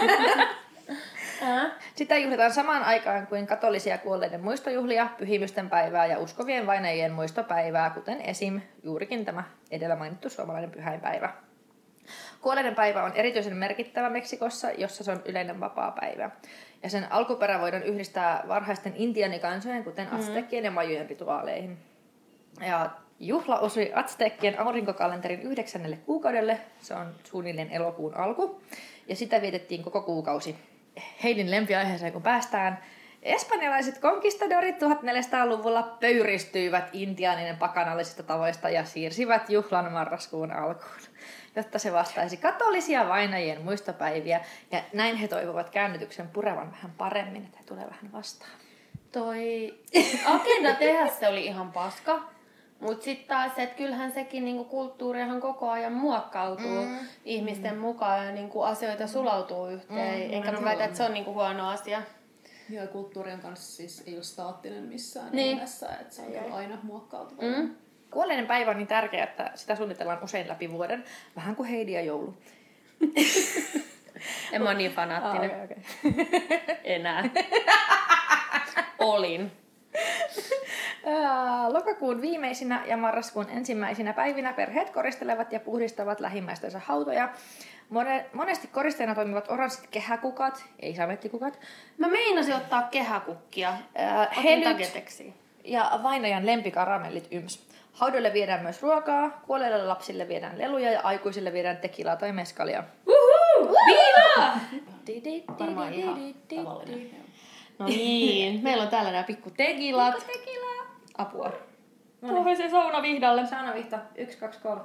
B: Sitä juhlitaan samaan aikaan kuin katolisia kuolleiden muistojuhlia, pyhimysten päivää ja uskovien vainajien muistopäivää, kuten esim. Juurikin tämä edellä mainittu suomalainen pyhäinpäivä. Kuolleiden päivä on erityisen merkittävä Meksikossa, jossa se on yleinen vapaapäivä. Ja sen alkuperä voidaan yhdistää varhaisten intiaanikansojen, kuten aztekien ja majujen rituaaleihin. Ja juhla osui aztekien aurinkokalenterin 9. kuukaudelle, se on suunnilleen elokuun alku, ja sitä vietettiin koko kuukausi. Heidin lempiaiheeseen kun päästään, espanjalaiset konkistadorit 1400-luvulla pöyristyivät intiaaninen pakanallisista tavoista ja siirsivät juhlan marraskuun alkuun, jotta se vastaisi katolisia vainajien muistopäiviä, ja näin he toivovat käännytyksen purevan vähän paremmin, että he tulee vähän vastaan.
A: Toi agenda tehdä se oli ihan paska, mutta sitten taas, että kyllähän sekin niinku kulttuurihan koko ajan muokkautuu ihmisten mukaan ja niinku asioita sulautuu yhteen, enkä mä väitä, että se on niinku huono asia.
C: Joo, kulttuurien kanssa siis ei ole staattinen missään nimessä, että se on aina muokkautuva.
B: Kuolleiden päivä on niin tärkeä, että sitä suunnitellaan usein läpi vuoden, vähän kuin Heidi ja joulu.
A: En mä ole niin fanaattinen.
B: Okay.
A: Enää. Olin.
B: Lokakuun viimeisinä ja marraskuun ensimmäisinä päivinä perheet koristelevat ja puhdistavat lähimmäistensä hautoja. Monesti koristeena toimivat oranssit kehäkukat, ei samettikukat.
A: Mä meinasin ottaa kehäkukkia.
B: Helyt ja vainajan lempikaramellit yms. Haudoille viedään myös ruokaa, kuolleille lapsille viedään leluja ja aikuisille viedään tekilaa tai meskalia.
A: Uhu! Viina!
C: Varmaan ihan tavallinen.
A: No niin, meillä on täällä nämä pikku tekilat. Apua. Tuohon se saunavihdalle.
B: Saunavihta, 1, 2, 3.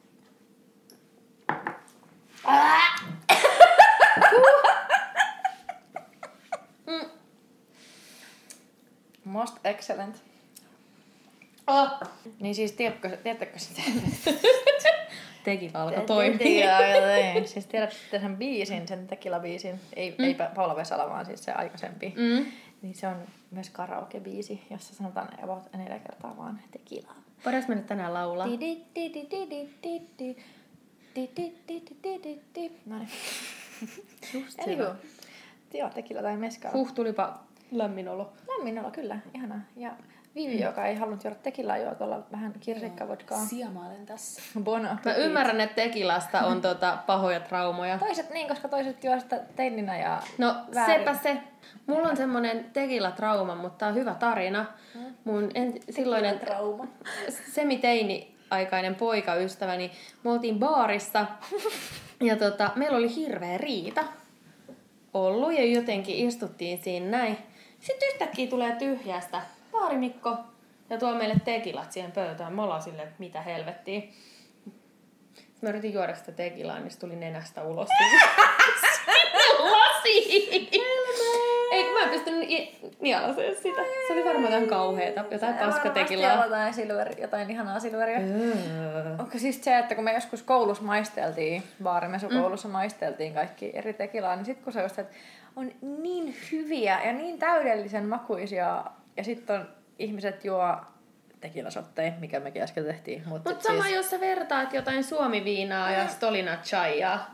B: Most excellent. Niin siis, tiedättekö sitä?
A: Tekila alkoi toimia.
B: Siis tiedätte sen biisin, sen Tekila-biisin. Ei Paula Vesala, vaan siis se aikaisempi. Niin se on myös karaoke-biisi, jossa sanotaan about 4 kertaa vaan Tekilaa.
A: Voidaanko mennä tänään laulaa?
B: Noniin. Joo, Tekila tai meskala.
A: Tulipa lämmin olo.
B: Lämmin olo, kyllä. Ihanaa. Ja Viivi, joka ei halunnut juoda tekilaa, juo tuolla vähän kirsikkavodkaa.
C: Siamailen tässä.
B: Bona.
A: Mä ymmärrän, että tekilasta on pahoja traumoja.
B: Toiset niin, koska toiset juo sitä teininä ja
A: no
B: väärin.
A: sepä se. Mulla on semmonen tekila-trauma, mutta tää on hyvä tarina. Mun silloinen
B: trauma.
A: Semiteini-aikainen poikaystäväni, me oltiin baarissa ja meillä oli hirveä riita ollut ja jotenkin istuttiin siinä näin. Sitten yhtäkkiä tulee tyhjästä baarimikko ja tuo meille tekilat siihen pöytään. Me ollaan silleen, että mitä helvettiä. Mä yritin juoda sitä tekilaa, niin se tuli nenästä ulos. Lasi! Ei, mä en pystynyt nialaseen sitä. Se oli varmaan jotain kauheeta. Jotain paskatekilaa.
B: Jotain ihanaa silveria. Onko siis se, että kun me joskus koulussa maisteltiin, baarimesukoulussa maisteltiin kaikki eri tekilaa, niin sit kun se just, että on niin hyviä ja niin täydellisen makuisia, ja sitten on ihmiset juo tekilasotteja, mikä mekin äsken tehtiin.
A: Mutta sama, siis jos sä vertaat jotain suomiviinaa ja stolina chaiaa.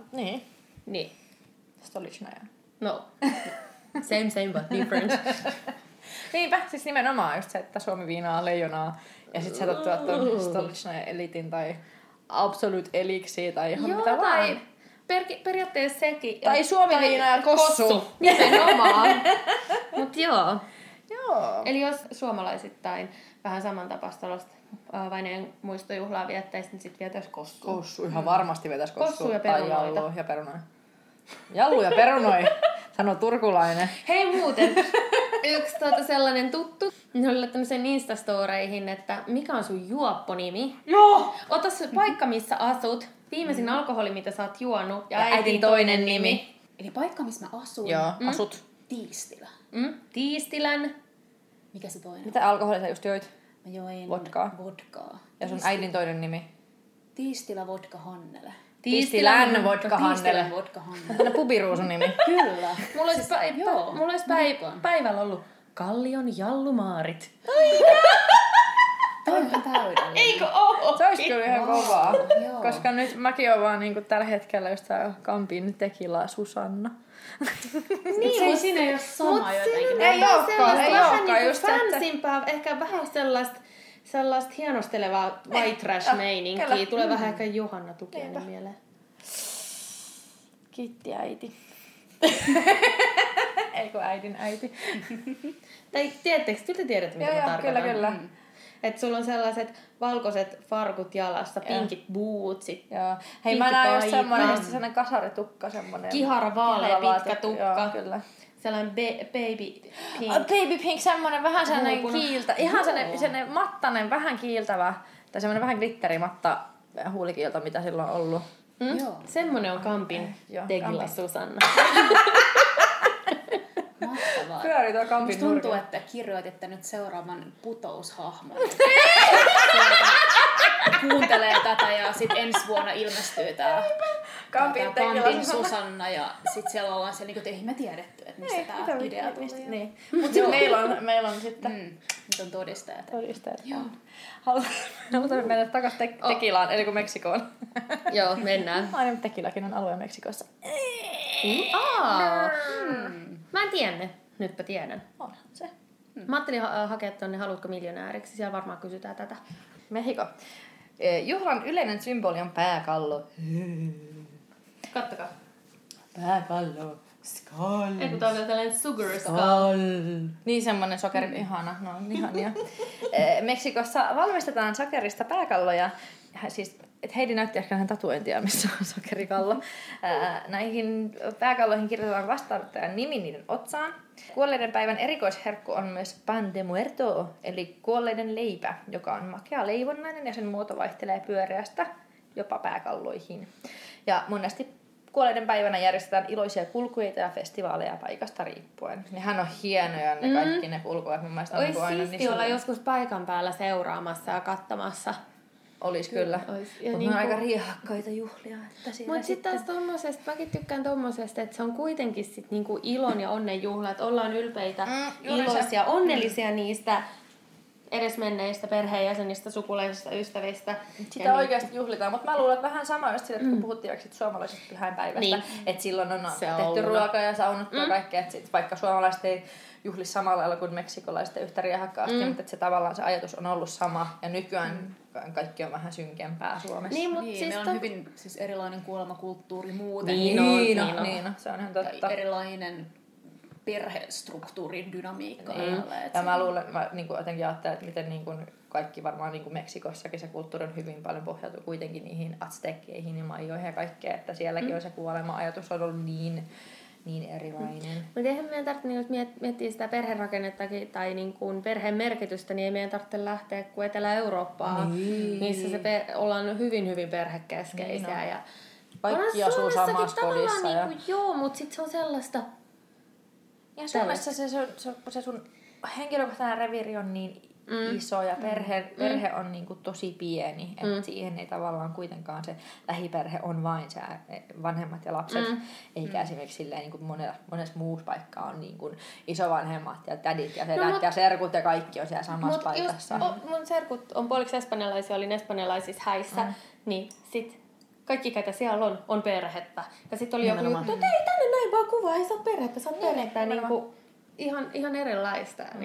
B: Niin. Stolichnaya.
A: No. Same but different.
B: Niinpä, siis nimenomaan just se, että Suomi-viinaa, leijonaa ja sit sä tuot Stolichnaya Elitin tai Absolute Elixir tai ihan
A: Joo,
B: mitä
A: tai
B: vaan.
A: periaatteessa sekin.
B: Tai Suomi-viina ja kossu.
A: Nimenomaan. Mut joo.
B: Joo.
A: Eli jos suomalaisittain vähän samantapaista tällaista vaineen muistojuhlaa viettäisiin, niin sitten vietäisi kossua.
B: Kossu, ihan varmasti vetäisi kossu.
A: Kossu ja
B: tai
A: perunoita.
B: jallu ja perunoi. Jallu ja perunoi, sanoo turkulainen.
A: Hei muuten, yksi sellainen tuttu, ne oli laittanut sen Instastoreihin, että mikä on sun juopponimi?
B: Joo!
A: Ota se paikka, missä asut, viimeisin alkoholi, mitä sä oot juonut, ja
B: äitin toinen nimi.
C: Eli paikka, missä mä asun.
B: Joo, asut.
C: Tiistilä.
A: Tiistilän.
C: Mikä se toinen?
B: Mitä alkoholia sä just joit?
C: Mä join
B: Vodkaa. Ja sun äidin toinen nimi?
C: Tiistilä vodka Hannele.
B: Tiistilän vodka Hannele.
C: Tiistilän vodka Hannele.
B: Tänne pubiruusun nimi.
C: Kyllä.
A: Mulla olisi, mulla olisi päivällä ollut Kallion jallumaarit.
C: Toi on ihan täydellinen.
A: Eikö oo?
B: Se olisi kyllä ihan kovaa.
C: Joo.
B: Koska nyt mäkin oon vaan niinku tällä hetkellä just tää Kampin tekila Susanna.
C: Niin, siinä ei ole sama jotenkin.
B: Ei ookaan, ei
A: vähän
B: ookaan,
A: niinku
B: just se, että-
A: fansimpaa, ehkä vähän sellaista hienostelevaa white trash meininkiä.
B: kyllä.
A: Tulee vähän ehkä Johanna Tukiainen mieleen.
B: Kiitti äiti. Eikö äidin äiti?
A: Tai tiedättekö, kyllä te tiedätte, mitä mä tarkoitan.
B: kyllä.
A: Että sulla on sellaiset valkoiset farkut jalassa, pinkit bootsit,
B: Joo. Hei, mä näen just
A: paita.
B: semmonen kasaritukka semmonen.
A: Kihara vaalea pitkä
B: vaate.
A: tukka.
B: Joo, kyllä.
A: Sellainen baby pink.
B: Baby pink, semmonen vähän sellainen
A: Huupuna.
B: ihan sellainen mattainen, vähän kiiltävä, tai semmonen vähän glitterimatta huulikiilto, mitä silloin on ollut.
C: Joo.
A: Semmonen on Kampin
B: Joo,
A: tekila
B: Kampin.
A: Susanna.
C: Mahtavaa.
B: Pyörii tuo Kampin
C: Musta tuntuu,
B: nurkilla.
C: että kirjoititte nyt seuraavan putoushahmon. Kuuntelee tätä ja sitten ensi vuonna ilmestyy tää
B: Kampin tekila
C: Kampin
B: Susanna.
C: Susanna ja sitten siellä ollaan siellä, että ei me tiedetty, että mistä tää idea tuli.
B: Niin. Mut sit meillä on sitten
C: Nyt on todistajat.
B: todisteet. Halutaan mennä takaisin Tekilaan, eli kuin Meksikoon.
A: Joo, mennään.
B: Aina Tekilakin on alue Meksikossa.
A: Mä en tiennyt. Nytpä tiedän.
B: Onhan se.
A: Mä ajattelin hakea tonne Haluatko miljonääriksi. Siellä varmaan kysytään tätä.
B: Mehiko. Juhlan yleinen symboli on pääkallo.
A: Kattokaa.
B: Pääkallo. Skull.
A: Ei kun tää on vielä tällainen sugar skull.
B: Skull. Niin semmonen sokeri, ihana, no on ihania. Meksikossa valmistetaan sokerista pääkalloja. Siis, et Heidi näytti ehkä vähän tatuointia, missä on sokerikallo. Näihin pääkalloihin kirjoitetaan vastaanottajan nimi niiden otsaan. Kuolleiden päivän erikoisherkku on myös pan de muerto, eli kuolleiden leipä, joka on makea leivonnainen ja sen muoto vaihtelee pyöreästä jopa pääkalloihin. Ja monesti kuolleiden päivänä järjestetään iloisia kulkueita ja festivaaleja paikasta riippuen. Nehän on hienoja ne kaikki ne kulkueet. Mun mielestä
A: Ois
B: on aina
A: siisti olla joskus paikan päällä seuraamassa ja katsomassa.
B: Olis kyllä.
A: Ois. Ja
B: Mutta
A: niinku-
B: on aika riehakkaita juhlia.
A: Mutta sitten taas tommosesta, mäkin tykkään tommosesta, että se on kuitenkin sit niinku ilon ja onnen juhla, että ollaan ylpeitä,
B: juuri
A: iloisia, onnellisia niistä edesmenneistä perheenjäsenistä, sukulaisista, ystävistä.
B: Sitä oikeasti juhlitaan, mutta mä luulen, että vähän sama just sille, että kun puhuttiin vaikka suomalaisesta pyhäinpäivästä,
A: Niin.
B: että silloin on
A: Sauna.
B: tehty ruokaa ja saunattu ja kaikkea, että sit vaikka suomalaiset ei juhli samalla lailla kuin meksikolaiset yhtä riehakkaasti, mutta että se tavallaan se ajatus on ollut sama ja nykyään kaikki on vähän synkempää Suomessa.
A: Niin, mutta
C: Niin,
A: siis
C: meillä on hyvin siis erilainen kuolemakulttuuri muuten.
A: Niin on.
B: Se on ihan
C: Ja
B: totta.
C: erilainen perhestruktuurin dynamiikka.
B: Ja mä luulen, mä niin kuin jotenkin ajattelen, että miten niin kuin kaikki varmaan niin kuin Meksikossakin se kulttuuri on hyvin paljon pohjautuu kuitenkin niihin aztekkeihin ja majoihin ja kaikkea, että sielläkin on se kuolema-ajatus on ollut niin erilainen.
A: Mutta eihän meidän tarvitse niinku miettiä sitä perherakennettakin tai niinku perheen merkitystä, niin ei meidän tarvitse lähteä kuin Etelä-Eurooppaan, missä se ollaan hyvin perhekeskeisiä.
B: Niin
A: ja
B: kaikki
A: onhan
B: asuu
A: Suomessakin
B: samassa kodissa.
A: tavallaan niinku, joo, mutta sitten se on sellaista.
B: Ja Suomessa se sun henkilökohtainen reviiri on niin iso ja perhe on niinku tosi pieni, että siihen ei tavallaan kuitenkaan se lähiperhe on vain se vanhemmat ja lapset, eikä esimerkiksi silleen niin kuin monessa muussa paikkaa on niin kuin isovanhemmat ja tädit ja sedät ja serkut ja kaikki on siellä samassa paikassa.
A: Mun serkut on puoliksi espanjalaisia, olin espanjalaisissa häissä, niin sit kaikki, ketä siellä on perhettä. Ja sitten oli joku juttu, että ei tänne näin vaan kuvaa, ei saa perhettä, saa perhettä. Niinku, ihan erilaista. Niinku.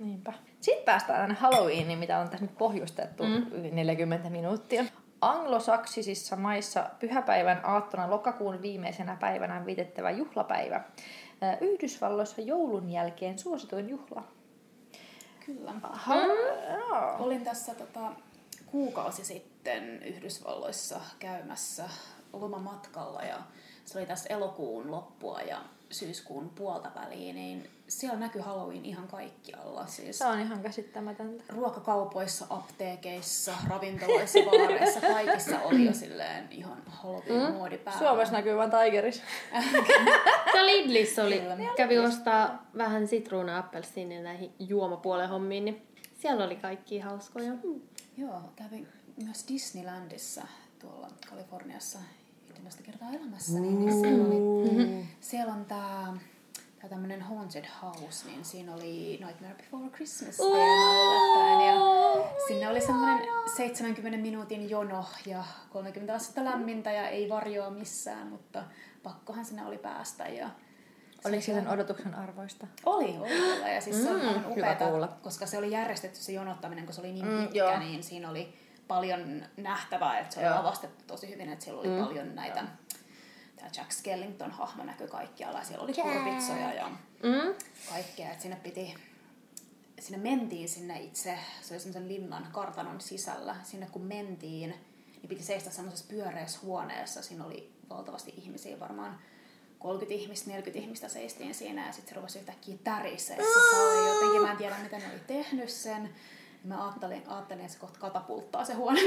B: Niinpä. Sitten päästään tänne Halloweeniin, mitä on tässä nyt pohjustettu 40 minuuttia. Anglosaksisissa maissa pyhäpäivän aattona lokakuun viimeisenä päivänä vietettävä juhlapäivä. Yhdysvalloissa joulun jälkeen suosituin juhla.
C: Kyllä. Olin tässä kuukausi sitten Yhdysvalloissa käymässä lomamatkalla ja se oli tässä elokuun loppua ja syyskuun puolta väliin, niin siellä näkyy Halloween ihan kaikkialla. Siis
B: se on ihan käsittämätöntä.
C: Ruokakaupoissa, apteekeissa, ravintoloissa, baareissa, kaikissa oli jo silleen ihan Halloween-muodi päällä.
B: Suomessa näkyy vain Tigerissa.
A: Lidlissä kävi ostaa vähän sitruunaa appelsiinia näihin juomapuolen hommiin, niin siellä oli kaikki hauskoja.
C: Joo, kävin myös Disneylandissa tuolla Kaliforniassa ensimmäistä kertaa elämässäni, niin siellä on tää tämmönen Haunted House, niin siinä oli Nightmare Before Christmas teema ja sinne oli semmoinen 70 minuutin jono ja 30 astetta lämmintä ja ei varjoa missään, mutta pakkohan sinne oli päästä. Ja
B: oliko se sen odotuksen arvoista?
C: Oli kyllä ja siis se on aivan upeata, koska se oli järjestetty se jonottaminen, kun se oli niin pitkä, niin siinä oli paljon nähtävää, että se oli lavastettu tosi hyvin, että siellä oli paljon näitä. Tämä Jack Skellington-hahmo näkyi kaikkialla ja siellä oli kurpitsoja ja kaikkea. Että sinne mentiin sinne itse, se oli semmoisen linnan kartanon sisällä. Sinne kun mentiin, niin piti seistä semmoisessa pyöreässä huoneessa. Siinä oli valtavasti ihmisiä, varmaan 30 ihmistä, 40 ihmistä seistiin siinä ja sitten se rupesi yhtäkkiä tärisee. Se oli jotenkin, mä en tiedä mitä ne oli tehnyt sen. Mä ajattelin, että se kohta katapulttaa se huone.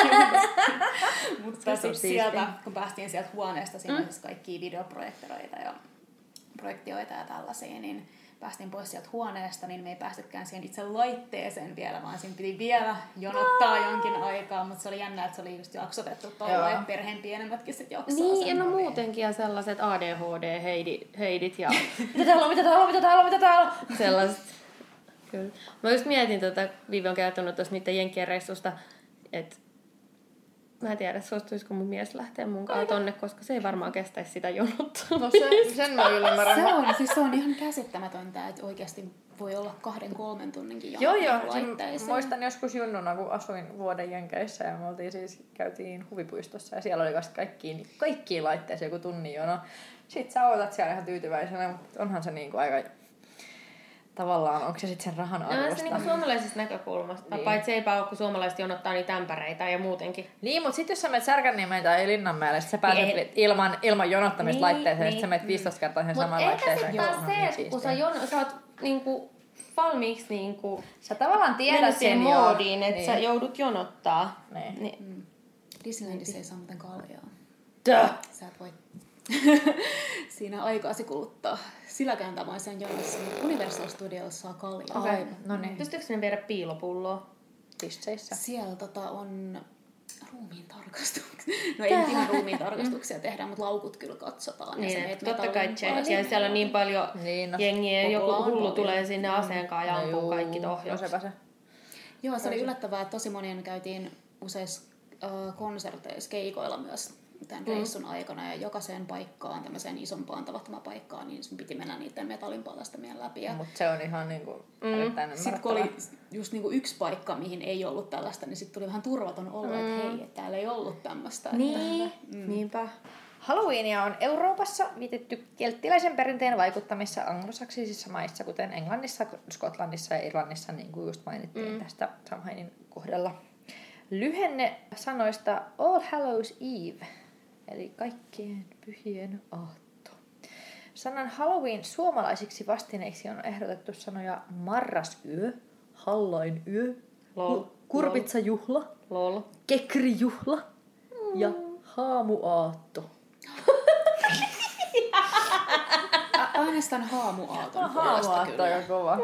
C: Mutta sitten sieltä, kun päästiin sieltä huoneesta, siinä oli siis kaikkia videoprojektioita ja tällaisia, niin päästiin pois sieltä huoneesta, niin me ei päästykään siihen itse laitteeseen vielä, vaan siinä piti vielä jonottaa jonkin aikaa, mutta se oli jännä, että se oli just jaksotettu tuolla ja perheen pienemmätkin sitten jaksaa.
A: Niin, ja no muutenkin ja sellaiset ADHD-heidit ja
B: Mitä täällä on?
A: sellaiset. Kyllä. Mä just mietin, Vivi on kertonut tuossa niiden jenkkien reissusta, että mä en tiedä, suostuisiko mun mies lähteä munkaan tonne, koska se ei varmaan kestäisi sitä jonottaa.
B: No sen mä ymmärrän.
C: Se on ihan käsittämätöntä, että oikeasti voi olla 2-3 tunninkin
B: laitteisiin. Muistan joskus junnuna, kun asuin vuoden Jenkeissä ja me käytiin huvipuistossa ja siellä oli kaikkiin laitteisiin joku tunnin jono. Sitten sä ootat siellä ihan tyytyväisenä, mutta onhan se niinku aika tavallaan, onko se sitten sen rahan arvosta?
A: No se niinku suomalaisesta näkökulmasta. Niin. Paitsi eipä ole, kun suomalaiset jonottaa niitä ämpäreitä ja muutenkin.
B: Niin, mutta sitten jos sä menet Särkänniemeen tai Linnanmäelle, sä pääset ilman jonottamista laitteeseen, niin sä menet 15 kertaa sen saman laitteeseen.
A: Mutta eikä sitten taas se, kun sä oot niinku valmiiksi niinku
B: sä tavallaan tiedät sen
A: moodiin, että sä joudut jonottaa.
C: Niin. Disneylandissa ei saa muuten kaljaa. Sä et voi siinä aikaasi kuluttaa. Silläkään tavoin sen jonossa. Universal Studios saa kaljaa.
A: Okay. No niin. Pystyykö sinne viedä piilopulloa
B: Tisseissä?
C: Siellä on ruumiintarkastuksia. No ei ihan ruumiintarkastuksia tehdä, mutta laukut kyllä katsotaan.
A: Niin, totta kai check. Ja siellä on niin paljon jengiä, joku hullu tulee sinne aseenkaan ja ampuu kaikki tohjoksi.
C: Joo, se oli yllättävää, että tosi monien käytiin useissa konserteissa, keikoilla myös tämän reissun aikana ja jokaiseen paikkaan, tämmöiseen isompaan tapahtumapaikkaan, niin sun piti mennä niiden metallinpalastamien läpi.
B: Mutta se on ihan niinku erittäin ymmärrettävää.
C: Sitten kun oli just niinku yksi paikka, mihin ei ollut tällaista, niin sitten tuli vähän turvaton olo, että hei, että täällä ei ollut tämmöistä.
A: Niin, niinpä.
B: Halloweenia on Euroopassa vietetty kelttiläisen perinteen vaikuttamissa anglosaksisissa maissa, kuten Englannissa, Skotlannissa ja Irlannissa, niin kuin just mainittiin tästä Samhainin kohdalla. Lyhenne sanoista All Hallows Eve, eli kaikkien pyhien aatto. Sanan Halloween suomalaisiksi vastineiksi on ehdotettu sanoja marrasyö, hallainyö, kurpitsajuhla, kekrijuhla ja haamuaatto.
C: Äänestän haamuaaton.
B: Haamuaatto on kova.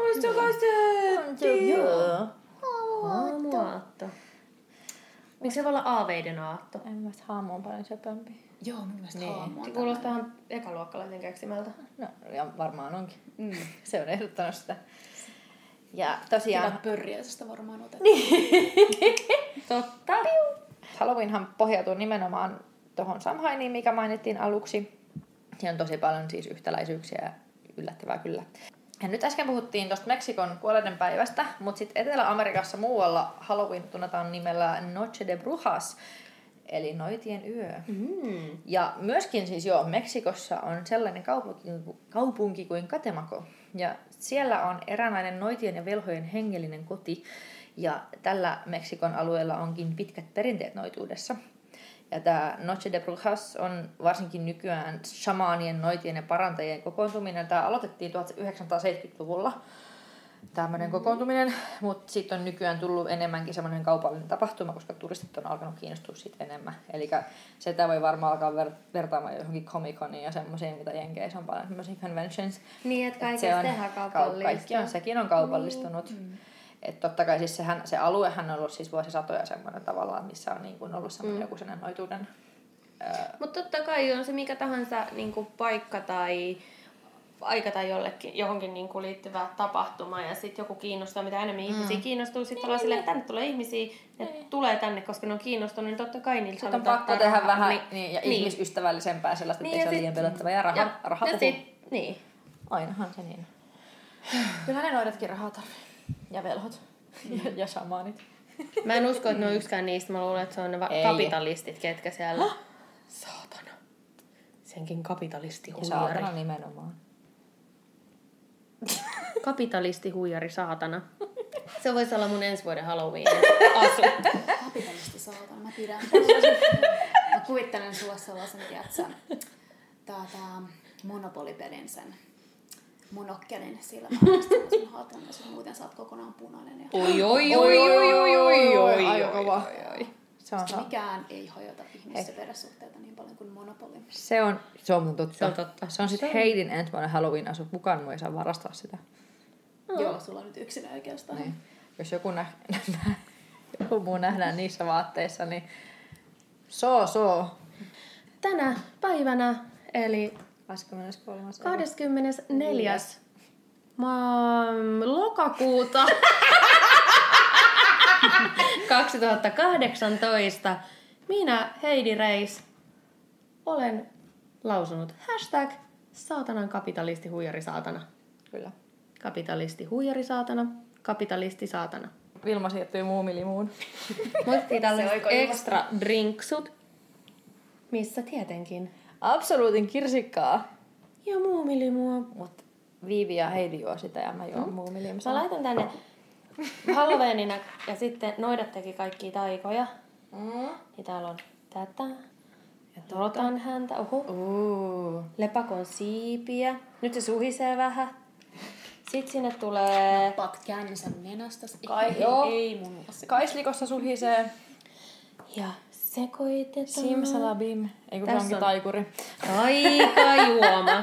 A: Haamuaatto. Miksi se voi olla aaveiden aatto?
B: En mielestä haamu on paljon söpömpi.
C: Joo, mun mielestä haamu on.
A: Se kuulostaa ihan ekaluokkalaisen keksimältä.
B: No, ja varmaan onkin. Se on ehdottanut sitä. Ja tosiaan...
C: Kivat pörriäisestä varmaan otettu.
A: Totta.
B: Halloweenhan pohjautuu nimenomaan tuohon Samhainiin, mikä mainittiin aluksi. Siinä on tosi paljon siis yhtäläisyyksiä ja yllättävää kyllä. Ja nyt äsken puhuttiin tuosta Meksikon kuolleiden päivästä, mutta sitten Etelä-Amerikassa muualla Halloween tunnetaan nimellä Noche de Brujas, eli noitien yö. Ja myöskin siis Meksikossa on sellainen kaupunki kuin Catemaco. Ja siellä on eräänlainen noitien ja velhojen hengellinen koti. Ja tällä Meksikon alueella onkin pitkät perinteet noituudessa. Ja tämä Noche de Brujas on varsinkin nykyään shamaanien, noitien ja parantajien kokoontuminen. Tämä aloitettiin 1970-luvulla tämmöinen kokoontuminen, mutta sitten on nykyään tullut enemmänkin semmoinen kaupallinen tapahtuma, koska turistit on alkanut kiinnostua siitä enemmän. Eli sitä voi varmaan alkaa vertaamaan johonkin Comic-Coniin ja semmoisiin, mitä Jenkeissä on paljon semmoisia conventions.
A: Niin, että kaikesta tehdään kaupallista.
B: Sekin on kaupallistunut. Että totta kai siis se aluehan on ollut siis vuosisatoja semmoinen tavallaan, missä on niin kuin ollut semmoinen joku sellainen noituuden.
A: Mutta totta kai on se mikä tahansa niin kuin paikka tai aika tai johonkin niin kuin liittyvä tapahtuma ja sitten joku kiinnostaa, mitä enemmän ihmisiä kiinnostuu. Sitten ollaan silleen, että tänne tulee ihmisiä, ne tulee tänne, koska ne on kiinnostunut, niin totta kai niillä
B: on pakko tehdä vähän ja ihmisystävällisempää sellaista, ettei se ole liian pelottava ja raha
A: niin.
B: Ainahan se niin. Kyllä ne noidatkin rahaa tarvii. Ja velhot. Ja shamaanit.
A: Mä en usko, että ne on yksikään niistä. Mä luulen, että se on ne kapitalistit, ketkä siellä. Saatana. Senkin kapitalistihuijari.
B: Saatana nimenomaan.
A: Kapitalistihuijari saatana. Se voisi olla mun ensi vuoden Halloween asu.
C: Kapitalisti saatana, mä pidän. Mä kuvittelen sulla sellaisen, tiiätsä, Monopoly-pelin sen monokkelin silmään, sun haatan, ja muuten sä oot kokonaan punainen. Ja
B: Oi. Aika kova.
C: Mikään ei hajota ihmisten verensuhteita niin paljon kuin Monopoly.
B: Se on totta. Se on sitten Heidin ensi vuoden Halloween-asu. Kukaan muu ei saa varastaa sitä.
C: Joo, sulla on nyt yksin oikeus tähän.
B: Niin. Jos joku muu nähdään niissä vaatteissa, niin
A: Tänä päivänä, eli 24. lokakuuta 2018 minä, Heidi Reis, olen lausunut #saatanan kapitalisti huijari saatana.
B: Kyllä.
A: Kapitalisti huijari saatana, kapitalisti saatana.
B: Vilma siirtyi muumilimuun.
A: Me otettiin tällaiset extra drinksut, missä tietenkin
B: Absoluutin kirsikkaa.
A: ja muumilimua.
B: Mut Viivi ja Heidi juo sitä ja mä juon muumilimua.
A: Mä laitan tänne Halloweenina ja sitten noidat teki kaikkia taikoja. Niin täällä on tätä. Ja rotan häntä. Lepakon siipiä. Nyt se suhisee vähän. Sitten sinne tulee...
C: Nappaat käännisä nenästä.
B: Ei mun. Kaislikossa suhisee.
A: Ja sekoitetaan.
B: Simsalabim. Ei kun se onkin taikuri.
A: Taikajuoma.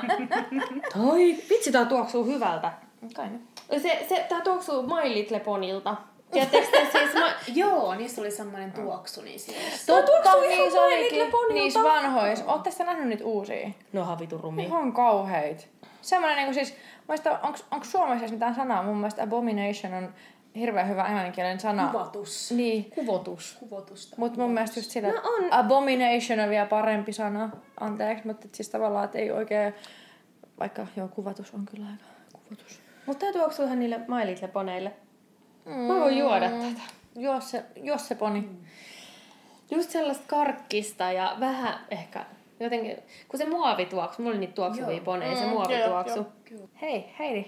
A: Vitsi, tää tuoksuu hyvältä.
B: Kai nyt.
A: Tää tuoksuu My Little Ponylta. Tiedättekö te siis...
C: Joo, niissä oli semmoinen tuoksu niissä.
A: Totta, niin se olikin.
B: Niissä vanhoissa. Ootte sä nähnyt niitä uusia?
A: No havitu rumia.
B: Ihan kauheit. Semmoinen niinku siis... Onko Suomessa mitään sanaa? Mun mielestä abomination on hirveän hyvä englanninkielinen sana.
C: Kuvotus.
B: Niin.
C: Kuvotusta.
B: Mutta mun mielestä just sillä, abomination on vielä parempi sana. Anteeksi, mutta siis tavallaan, että ei oikein... Vaikka kuvatus on kyllä aika kuvotus.
A: Mutta tää tuoksuu ihan niille My Little Poneille. Mä voin juoda tätä.
B: Jos se poni.
A: Just sellaista karkkista ja vähän ehkä jotenkin... Kun se muovituoksu, mulla oli niitä tuoksuvia poneja, se muovituoksu.
B: Hei, Heidi.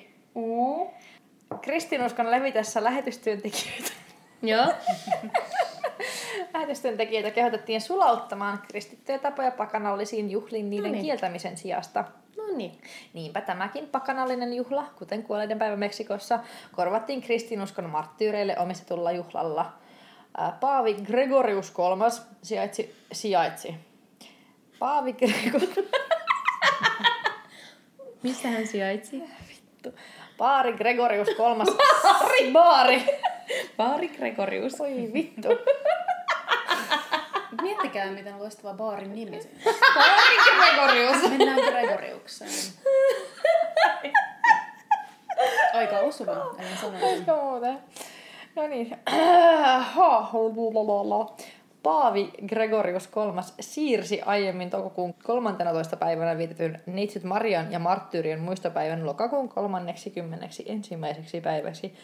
B: Kristinuskon levitessä lähetystyöntekijöitä.
A: Joo.
B: Lähetystyöntekijöitä kehotettiin sulauttamaan kristittyjä tapoja pakanallisiin juhliin niiden kieltämisen sijasta.
A: Noniin.
B: Niinpä tämäkin pakanallinen juhla, kuten kuolleiden päivä Meksikossa, korvattiin kristinuskon marttyyreille omistetulla juhlalla. Paavi Gregorius III sijaitsi. Paavi Gregorius...
A: Missä hän sijaitsi?
B: Vittu. Baari Gregorius III.
A: Baari Gregorius.
B: Oi vittu.
C: Miettikää, miten loistava baarin nimi se.
B: Baari Gregorius.
C: Mennään Gregoriukseen. Aika osuva, en sanoisin.
B: Olisiko muuten? No niin. Paavi Gregorius III siirsi aiemmin toukokuun 13. päivänä vietetyn neitsyt Marian ja marttyyrien muistopäivän lokakuun 31. päiväksi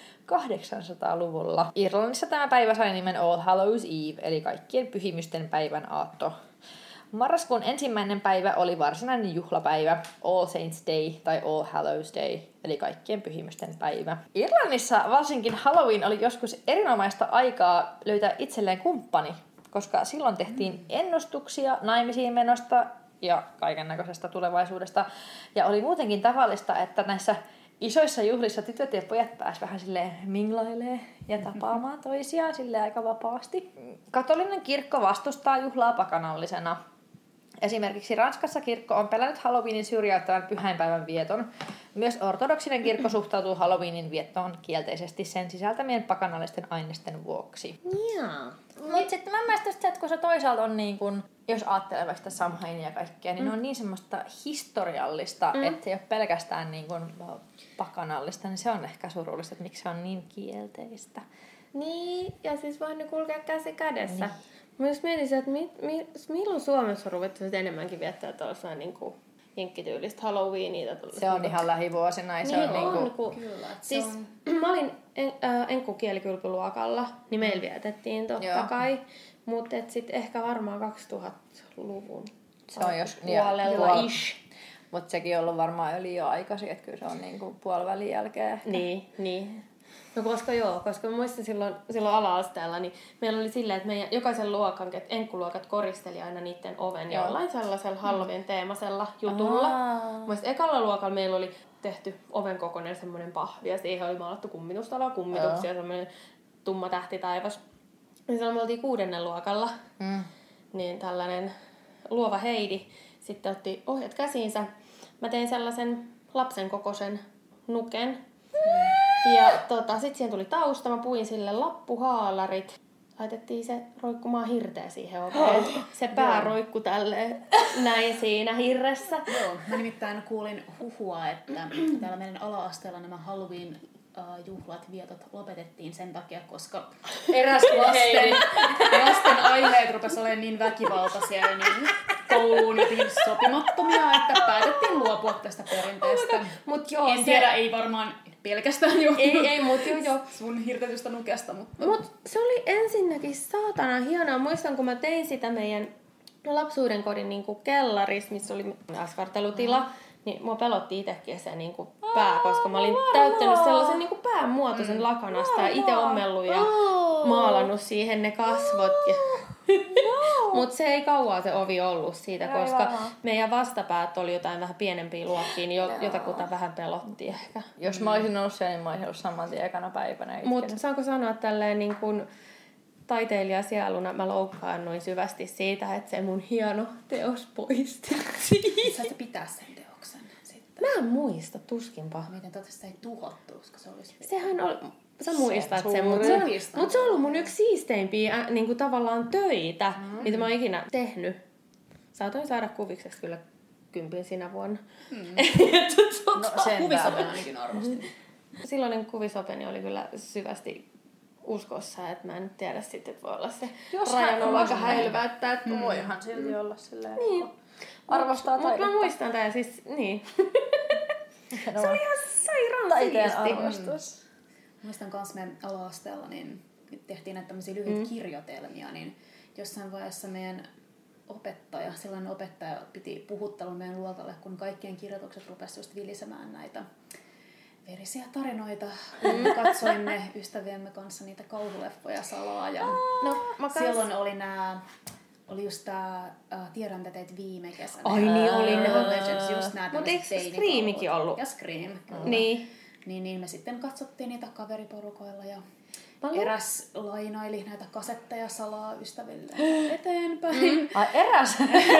B: 800-luvulla. Irlannissa tämä päivä sai nimen All Hallows Eve, eli kaikkien pyhimysten päivän aatto. Marraskuun 1. päivä oli varsinainen juhlapäivä, All Saints Day tai All Hallows Day, eli kaikkien pyhimysten päivä. Irlannissa varsinkin Halloween oli joskus erinomaista aikaa löytää itselleen kumppani, koska silloin tehtiin ennustuksia naimisiin menosta ja kaikennäköisestä tulevaisuudesta. Ja oli muutenkin tavallista, että näissä isoissa juhlissa tytöt ja pojat pääsivät vähän silleen minglailemaan ja tapaamaan toisiaan silleen aika vapaasti. Katolinen kirkko vastustaa juhlaa pakanallisena. Esimerkiksi Ranskassa kirkko on pelännyt Halloweenin syrjäyttävän pyhäinpäivän vieton. Myös ortodoksinen kirkko suhtautuu Halloweenin viettoon kielteisesti sen sisältämien pakanallisten ainesten vuoksi.
A: Jaa.
B: Mutta sitten mä mielestäni se, että kun se toisaalta on niin kun, jos ajattelee vaikka sitä Samhainia ja kaikkea, niin ne on niin semmoista historiallista, että se ei ole pelkästään niin kun pakanallista, niin se on ehkä surullista, että miksi se on niin kielteistä.
A: Niin, ja siis voi ne kulkea käsi kädessä. Niin. Mä just mietin, että milloin Suomessa on ruvettu enemmänkin viettää tuollaista niinku jenkkityylistä Halloweenia.
B: Se on ihan lähivuosina.
A: Niin
B: se on
A: niinku, kyllä. Siis mä olin enkkukielikylpyluokalla, niin meillä vietettiin totta kai. Mutta sitten ehkä varmaan 2000-luvun
B: se on jos
A: puolella ish.
B: Mutta sekin on ollut varmaan jo liian aikaisin, että kyllä se on niinku puolivälin jälkeen ehkä.
A: Niin. No koska mä muistan silloin ala-asteella, niin meillä oli silleen, että meidän jokaisen luokan, enkkuluokat koristeli aina niiden oven jollain sellaisella Halloween teemasella jutulla. Muistan ekalla luokalla meillä oli tehty oven kokoinen semmoinen pahvi ja siihen oli maalattu kummitustalo, kummituksia, semmoinen tumma tähti taivas. Ja silloin me oltiin 6. luokalla, niin tällainen luova Heidi sitten otti ohjat käsiinsä. Mä tein sellaisen lapsen kokoisen nuken. Ja sit siihen tuli tausta, mä puin sille lappuhaalarit. Laitettiin se roikkumaan hirteä siihen oveen. Se pää roikku tälleen näin siinä hirressä.
C: Joo, mä nimittäin kuulin huhua, että täällä meidän ala-asteella nämä Halloween juhlat, vietot lopetettiin sen takia, koska eräs lasten aiheet rupesi olemaan niin väkivaltaisia ja niin kouluun jotenkin sopimattomia, että päätettiin luopua tästä perinteestä. En tiedä, ei varmaan pelkästään johtunut sun hirtetystä nukesta.
A: Mutta se oli ensinnäkin saatana hienoa. Muistan, kun mä tein sitä meidän lapsuuden kodin niinku kellarissa, missä oli askartelutila, niin mua pelotti itsekin se niinku pää, koska mä olin täyttänyt sellaisen niinku päämuotoisen lakanasta ja itse ommellut ja maalannut siihen ne kasvot. Mutta se ei kauaa se ovi ollut siitä, koska meidän vastapäät oli jotain vähän pienempiä luokkia, niin jotakuta vähän pelotti ehkä.
B: Jos mä olisin ollut siellä, niin mä olisin ollut saman tien ekana päivänä.
A: Mutta saanko sanoa tälleen niin kuin taiteilijasieluna mä loukkaannuin syvästi siitä, että se mun hieno teos poistettiin.
C: Sä pitää sen teoksen sitten.
A: Mä en muista, tuskinpa.
C: Miten sitä ei tuhottu, koska se olisi...
A: Sehän oli... Sä muistat sen, mutta se on ollut mun yksi siisteimpiä niinku tavallaan töitä, mitä mä oon ikinä tehnyt. Saatoin saada kuvikseksi kyllä 10 sinä vuonna.
C: Kuvisopen ainakin arvostin.
A: Silloinen kuvisopeni oli kyllä syvästi uskossa, että mä en nyt tiedä sitten, että voi olla se rajan ollut aika häilyvä, että
B: voihan silti olla silleen, niin. Arvostaa taidetta.
A: Mutta mä muistan tää siis, niin. Se oli ihan sairaan
B: taiteen
A: siisti.
B: arvostus.
C: Muistan kans meidän ala-asteella, niin tehtiin näitä tämmöisiä lyhyitä kirjoitelmia, niin jossain vaiheessa meidän sellainen opettaja piti puhuttelun meidän luokalle, kun kaikkien kirjoitukset rupesi just vilisemään näitä verisiä tarinoita. Katsoimme ystäviemme kanssa niitä kauhuleffoja salaa ja silloin oli just tää Tiedän, te teit viime kesänä.
A: Ai niin oli ne.
C: Mutta
A: eikö Screamikin ollut?
C: Ja Scream, kyllä. Niin me sitten katsottiin niitä kaveriporukoilla ja eräs lainaili näitä kasetteja salaa ystäville eteenpäin.
B: Ai eräs?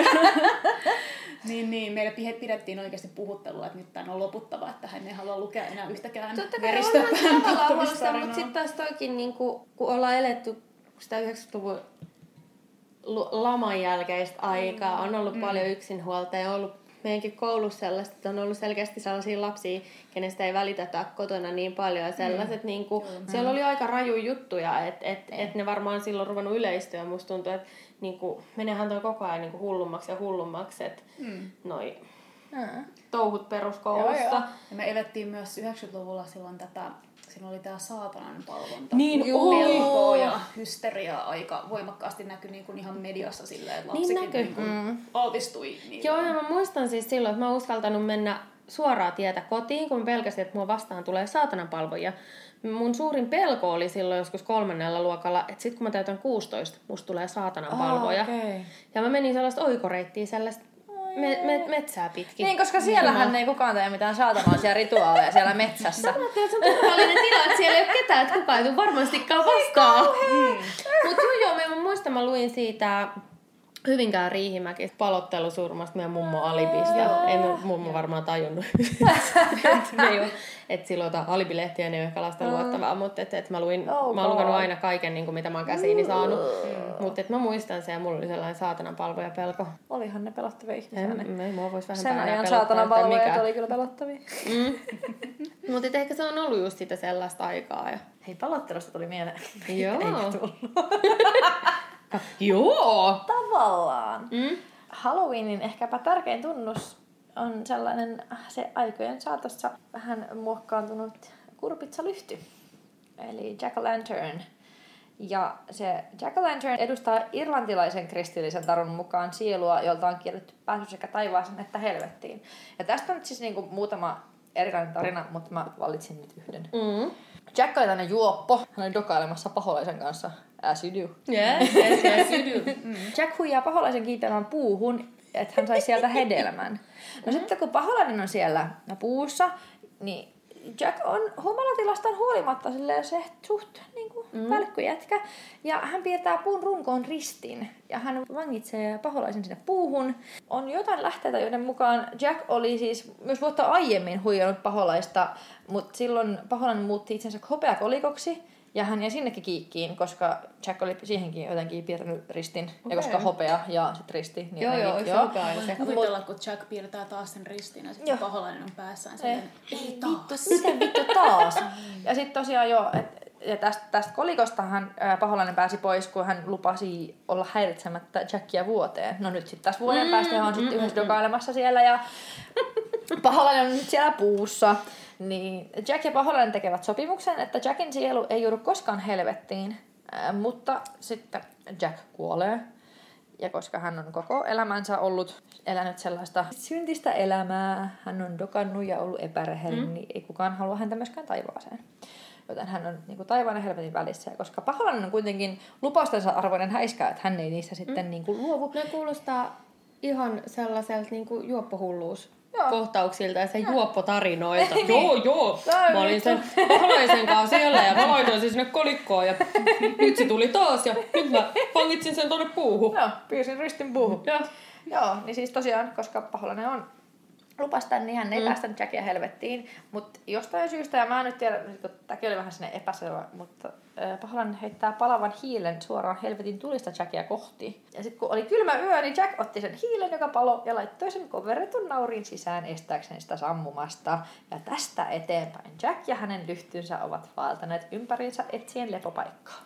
C: niin, meille pidettiin oikeasti puhuttelua, että nyt tämän on loputtava, että hän ei halua lukea enää yhtäkään veristä päänpahtomistarinaa.
A: Mutta sitten taas toikin, niin kun ollaan eletty sitä 90-luvun laman jälkeistä aikaa, on ollut paljon yksinhuoltajia, on ollut meidänkin koulussa sellaista, että on ollut selkeästi sellaisia lapsia, kenestä ei välitetä kotona niin paljon ja sellaiset, niin kuin, siellä oli aika raju juttuja, että et ne varmaan silloin ruvennut yleistyä. Musta tuntuu, että niin kuin, menehän toi koko ajan niin kuin hullummaksi ja hullummaksi, että noi touhut peruskoulussa.
C: Joo. Ja me elettiin myös 90-luvulla silloin siinä oli tää saatanan palvonta.
A: Niin
C: pelkoa ja hysteriaa aika voimakkaasti näkyi niin kuin ihan mediassa silleen, että lapsikin niin kuin altistui. Niin
A: joo, ja mä muistan siis silloin, että mä oon uskaltanut mennä suoraa tietä kotiin, kun mä pelkäsin, että mua vastaan tulee saatanan palvoja. Mun suurin pelko oli silloin joskus 3. luokalla, että sit kun mä täytän 16, musta tulee saatanan palvoja.
B: Okay.
A: Ja mä menin sellaista oikoreittiä, sellaista metsää pitkin.
B: Niin, koska siellähän ei kukaan tee mitään saatanallisia rituaaleja siellä metsässä.
A: Mä ajattelin, että se on turvallinen tila, että siellä ei ole ketään, että kukaan ei tule varmastikaan vastaan. Mutta joo, mä muistan, mä luin siitä Hyvinkään Riihimäki palottelusurmasta meidän mummo Alibista. Ei mummo varmaan tajunnut, että silloin jotain alibilehtiä ei ole ehkä lasten luottavaa, mutta mä oon lukenut aina kaiken, niin kuin mitä mä oon käsiini saanut. Mutta mä muistan sen ja mulla oli sellainen saatanan palvoja pelko.
B: Olihan ne pelottavia ihmisiä.
A: Ei mua vois
B: sen ajan saatanan palvojat oli kyllä pelottavia.
A: Mutta ehkä se on ollut just sitä sellaista aikaa.
B: Hei, palottelusta tuli mieleen.
A: Joo.
B: Eikä tullut.
A: Joo.
B: Tavallaan. Halloweenin ehkäpä tärkein tunnus on sellainen se aikojen saatossa vähän muokkaantunut kurpitsalyhty. Eli jack-o'-lantern. Ja se jack-o'-lantern edustaa irlantilaisen kristillisen taron mukaan sielua, jolta on kielletty pääsy sekä taivaaseen että helvettiin. Ja tästä on nyt siis niinku muutama erilainen tarina, mutta mä valitsin nyt yhden. Jack oli tämmönen juoppo. Hän oli dokailemassa paholaisen kanssa. As you do.
A: Yes, you do.
B: Jack huijaa paholaisen kiipeämään puuhun, että hän saisi sieltä hedelmän. No sitten kun paholainen on siellä puussa, niin Jack on humalatilastaan huolimatta se suht niinku välkkyjätkä. Ja hän piirtää puun runkoon ristin. Ja hän vangitsee paholaisen sinne puuhun. On jotain lähteitä, joiden mukaan Jack oli siis myös vuotta aiemmin huijannut paholaista. Mutta silloin paholainen muutti itsensä hopeakolikoksi. Ja hän jäi sinnekin kiikkiin, koska Jack oli siihenkin jotenkin piirtänyt ristin. Okay. Ja koska hopea ja sit risti. Niin
A: joo.
C: Kuvitellaan, kun Jack piirtää taas sen ristin ja sitten paholainen on päässään silleen, ei taas.
B: Miten vittu taas? Ja sitten tosiaan ja tästä kolikostahan paholainen pääsi pois, kun hän lupasi olla häiritsemättä Jackia vuoteen. No nyt sitten taas vuoden päästä hän on sitten yhdessä dokailemassa siellä ja paholainen on nyt siellä puussa. Niin Jack ja paholainen tekevät sopimuksen, että Jackin sielu ei joudu koskaan helvettiin, mutta sitten Jack kuolee. Ja koska hän on koko elämänsä elänyt sellaista syntistä elämää, hän on dokannut ja ollut epärehellinen, niin ei kukaan halua häntä myöskään taivaaseen. Joten hän on niin kuin taivaan ja helvetin välissä. Ja koska paholainen on kuitenkin lupaustensa arvoinen häiskä, että hän ei niistä sitten niin kuin luovu.
A: Ne kuulostaa ihan sellaiselta niin kuin juoppohulluus. Kohtauksilta ja sen juoppotarinoita. Joo. Mä olin sen paholaisen kanssa siellä ja mä laitoin sen sinne kolikkoon ja nyt se tuli taas ja nyt mä vangitsin sen tonne puuhun.
B: Joo, piirsin ristin puuhun. Joo, niin siis tosiaan, koska paholainen on lupasta, niin hän ei päästänyt Jackia helvettiin. Mutta jostain syystä, ja mä en nyt tiedä, tämäkin oli vähän sinne epäselvä, mutta paholainen heittää palavan hiilen suoraan helvetin tulista Jackia kohti. Ja sitten kun oli kylmä yö, niin Jack otti sen hiilen, joka palo, ja laittoi sen koverretun naurin sisään estääkseen sitä sammumasta. Ja tästä eteenpäin Jack ja hänen lyhtynsä ovat vaeltaneet ympäriinsä etsien lepopaikkaa.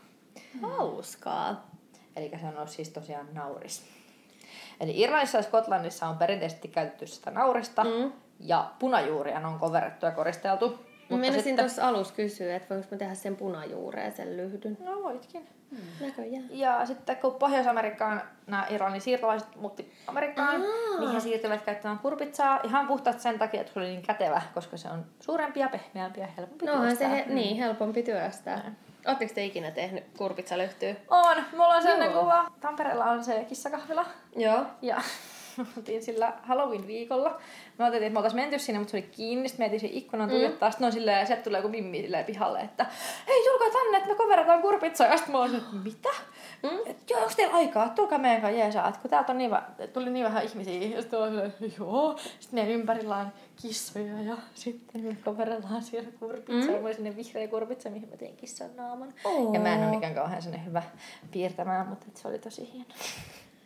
A: Hauskaa.
B: Eli se on ollut siis tosiaan nauris. Eli Irlannissa ja Skotlannissa on perinteisesti käytetty sitä naurista ja punajuuria on koverrettu ja koristeltu.
A: Meinasin tuossa alussa kysyä, että voinko mä tehdä sen punajuureen sen lyhdyn.
B: No voitkin.
A: Näköjään.
B: Ja sitten kun Pohjois-Amerikkaan nämä Irlannin siirtolaiset muutti Amerikkaan, niin he siirtyivät käyttämään kurpitsaa ihan puhtaasti sen takia, että se oli niin kätevä, koska se on suurempi ja pehmeämpi ja helpompi työstää.
A: Niin, helpompi työstää. Oletteko te ikinä tehnyt kurpitsalyhtyä?
B: On. Mulla on sellainen kuva. Tampereella on se kissakahvila.
A: Joo.
B: Ja oltiin sillä Halloween-viikolla. Me ajattelin, että me oltaisiin menty sinne, mutta se oli kiinni. Sitten me etin siihen ikkunan tuijottaa. Sitten on silleen, ja sieltä tulee joku mimmi silleen pihalle, että hei, tulkaa tänne, että me coverataan kurpitsaa. Ja sitten mä olin, että mitä? Joo, onko teillä aikaa? Tulkaa meidän kanssa jeesaa. Kun täältä on tuli niin vähän ihmisiä. Ja sitten olin silleen, joo. Sitten meidän ympärillä on kissoja ja sitten me coverataan siellä kurpitsaa. Mulla oli sinne vihreä kurpitsa, mihin mä tein kissan naaman. Ja mä en ole mikään kauhean sinne hyvä piirtämään, mutta se oli tosi hieno.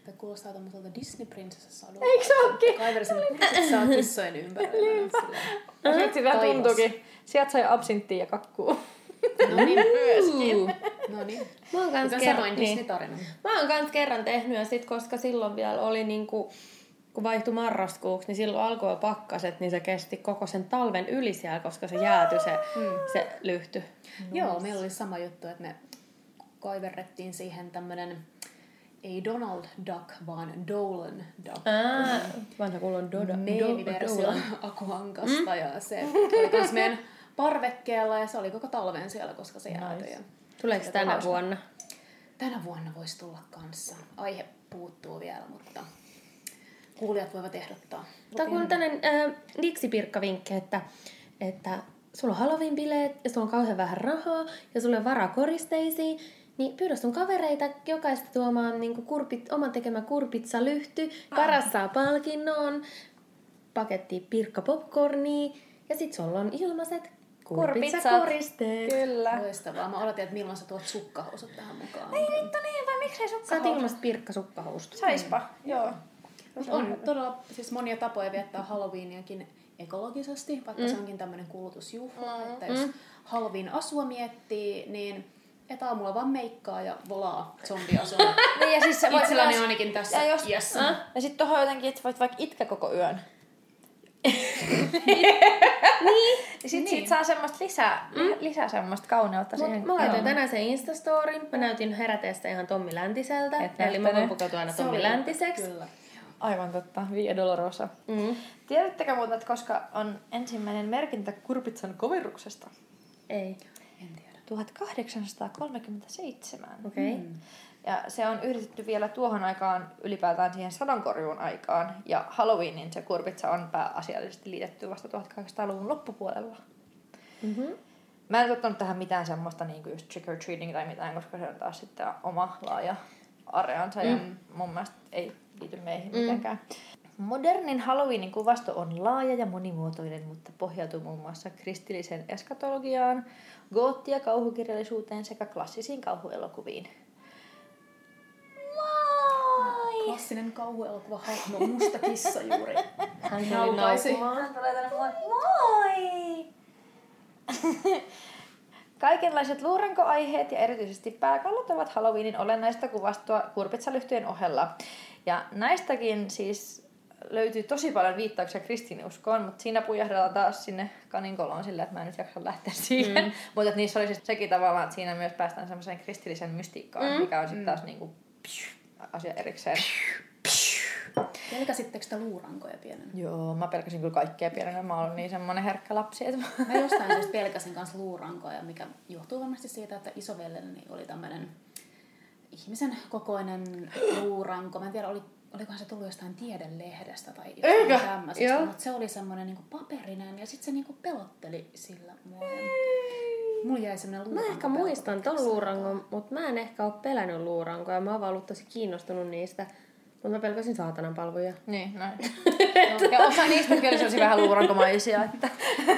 C: Tämä kuulostaa tommoselta Disney-prinsessassa.
B: Eikö se ookin?
C: Kaiverisen kurpit saa kissojen ympärillä.
B: No siltä se vähän tuntuukin. Sieltä sai absinttia ja kakkuu.
C: No niin.
B: Myöskin.
C: No niin.
A: Mä oon kans
C: Sanoin Disney-tarinan.
A: Mä oon kans kerran tehnyt ja sit koska silloin vielä oli niinku, kun vaihtui marraskuuksi, niin silloin alkoi pakkaset, niin se kesti koko sen talven yli siellä, koska se jäätyi se lyhty.
C: Joo, meillä oli sama juttu, että me kaiverrettiin siihen tämmönen ei Donald Duck, vaan Dolan Duck.
A: Vanha kuulun Dodo.
C: Meemiversio Akuankasta ja se oli kans meidän parvekkeella ja se oli koko talven siellä, koska se jäätyi.
A: Nice. Tuleeko tänä vuonna?
C: Tänä vuonna voisi tulla kanssa. Aihe puuttuu vielä, mutta kuulijat voivat ehdottaa.
A: Tämä on tämmöinen Dixie-pirkkavinkki, että sulla on Halloween-bileet ja sulla on kauhean vähän rahaa ja sulla on varaa koristeisiin, niin pyydä sun kavereita jokaista tuomaan niin oman tekemä kurpitsalyhty. Paras saa palkinnon, paketti pirkkapopcornia ja sit sulla on ilmaiset kurpitsakoristeet.
B: Kyllä.
C: Loistavaa. Mä odotin, että milloin sä tuot sukkahousut tähän mukaan.
B: Ei vittu niin, vai miksei
A: Saat
B: sukkahousut?
A: ilmaiset pirkkasukkahousut.
B: Saispa, joo.
C: On todella siis monia tapoja viettää Halloweeniakin ekologisesti, vaikka se onkin tämmöinen kulutusjuhla. Että jos Halloween-asua miettii, niin et aamulla vaan meikkaa ja volaa zombiasun.
B: Niin ja siis sä voit
C: Itselläni
B: myös-
C: ainakin tässä
B: ja jos-
C: iässä.
B: Ja sit tohon jotenkin, että voit vaikka itkeä koko yön.
A: Niin.
B: Ja sit siitä saa semmoista lisää semmoista kauneutta siihen.
A: Mä laitoin tänään sen Instastoryn. Mä näytin heräteessä ihan Tommi Läntiseltä. Eli mä voin pukeutua aina Tommi Läntiseksi.
C: Kyllä.
B: Aivan totta, Via Dolorosa. Tiedättekö muuten, että koska on ensimmäinen merkintä Kurpitsan koveruksesta?
A: Ei.
C: En tiedä.
B: 1837.
A: Okei.
B: Ja se on yhdistetty vielä tuohon aikaan ylipäätään siihen sadonkorjuun aikaan. Ja Halloweenin se kurpitsa on pääasiallisesti liitetty vasta 1800-luvun loppupuolella. Mä en ottanut tähän mitään semmoista niin kuin just trick or treating tai mitään, koska se on taas sitten oma laaja areansa ja mun mielestä ei liity meihin mitenkään. Modernin Halloweenin kuvasto on laaja ja monimuotoinen, mutta pohjautuu muun muassa kristilliseen eskatologiaan, goottia- ja kauhukirjallisuuteen sekä klassisiin kauhuelokuviin.
C: Klassinen kauhuelokuva hahmo, musta kissa juuri.
A: Hän
C: Naukaisi.
B: Hän tulee tänne moi! Kaikenlaiset luurankoaiheet ja erityisesti pääkallot ovat Halloweenin olennaista kuvastoa kurpitsalyhtyjen ohella. Ja näistäkin siis löytyy tosi paljon viittauksia kristinuskoon, mutta siinä pujahdellaan taas sinne kaninkoloon sillä, että mä en nyt jaksa lähteä siihen. Mutta niissä oli siis sekin tavallaan, että siinä myös päästään semmoiseen kristillisen mystiikkaan, mikä on sitten taas niinku asia erikseen.
C: Pelkäsittekö sitä luurankoja pienenä?
B: Joo, mä pelkäsin kyllä kaikkea pienenä. Mä oon niin semmonen herkkä lapsi. Että
C: Mä jostain syystä pelkäsin kanssa luurankoja, mikä johtuu varmasti siitä, että isoveljeni oli tämmönen ihmisen kokoinen luuranko. Mä en tiedä, olikohan se tullut jostain tiedelehdestä tai jostain tämmöisestä, mutta se oli semmoinen niinku paperinen ja sitten se niinku pelotteli sillä mua. Mulla jäi semmoinen
A: Mä
C: luuranko.
A: ehkä muistan ton luurangon, mutta mä en ehkä ole pelännyt luurankoja. Mä oon vaan ollut tosi kiinnostunut niistä. Mutta mä pelkäsin saatanan palvoja.
B: niin, näin. Ja osa niistä kyllä olisi vähän luurankomaisia. Että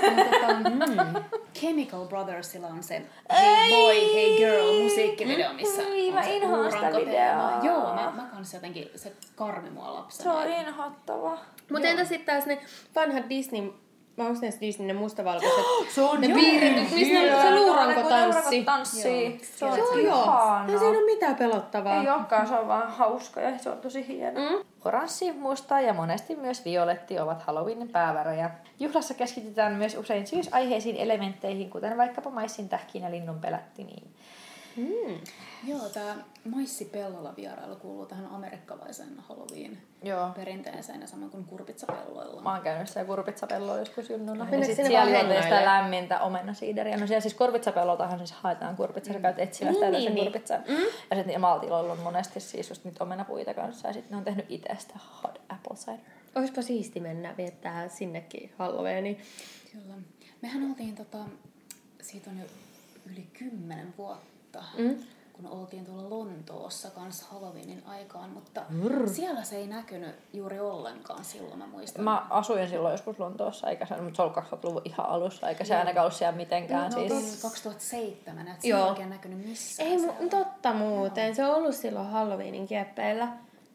C: Chemical Brothersilla on se Hey Boy, Hey Girl musiikkivideo, missä
B: mä
C: on se
B: inhoan sitä
C: luurankoteema.
B: videoa.
C: Joo, mä kanssa jotenkin, se karmi mua lapsena.
B: se on inhottava.
A: Mutta entä sitten taas ne vanhat Disney, mä onko ne Disney ne mustavalkoiset?
B: Se on
A: ne piirretyt, missä se luurankotanssi.
B: Tanssii. Se on
A: Joo.
B: ihanaa.
A: Ei siinä ole mitään pelottavaa.
B: Ei olekaan, se on vaan hauska ja se on tosi hieno. Oranssi, musta ja monesti myös violetti ovat Halloweenin päävärejä. Juhlassa keskitytään myös usein syysaiheisiin elementteihin, kuten vaikkapa maissin, tähkiin ja linnun pelättimiin.
C: Joo, tää maissipellolla vierailu kuuluu tähän amerikkalaisen
B: Joo.
C: Halloween-perinteeseen ja samoin kuin kurpitsapelloilla.
B: Mä oon käynyt siellä kurpitsapellolla joskus junnuna. Ja
A: Mennäänkö
B: sit
A: sinne
B: siellä
A: vaan
B: juotiin sitä
A: hengailemaan?
B: lämmintä omenasiideriä. No siellä siis kurpitsapelloltahan siis haetaan kurpitsa. Sä käyt etsimästä tällaisen kurpitsan. Ja sit Maltiloilla on monesti siis just niitä omenapuita kanssa. Ja sit ne on tehnyt itse sitä hot apple cider.
A: Oispa siisti mennä viettää sinnekin Halloweeni.
C: Kyllä. Mehän oltiin siitä on jo yli 10 vuotta, kun oltiin tuolla Lontoossa kanssa Halloweenin aikaan, mutta siellä se ei näkynyt juuri ollenkaan silloin, mä muistan.
B: Mä asuin silloin joskus Lontoossa, eikä se, mutta se oli 2000-luvun ihan alussa, eikä se ainakaan ollut siellä mitenkään.
C: No,
B: Siis.
C: oltiin 2007, että se ei oikein näkynyt missään.
A: Ei
C: siellä.
A: totta muuten. Se on ollut silloin Halloweenin kieppeillä.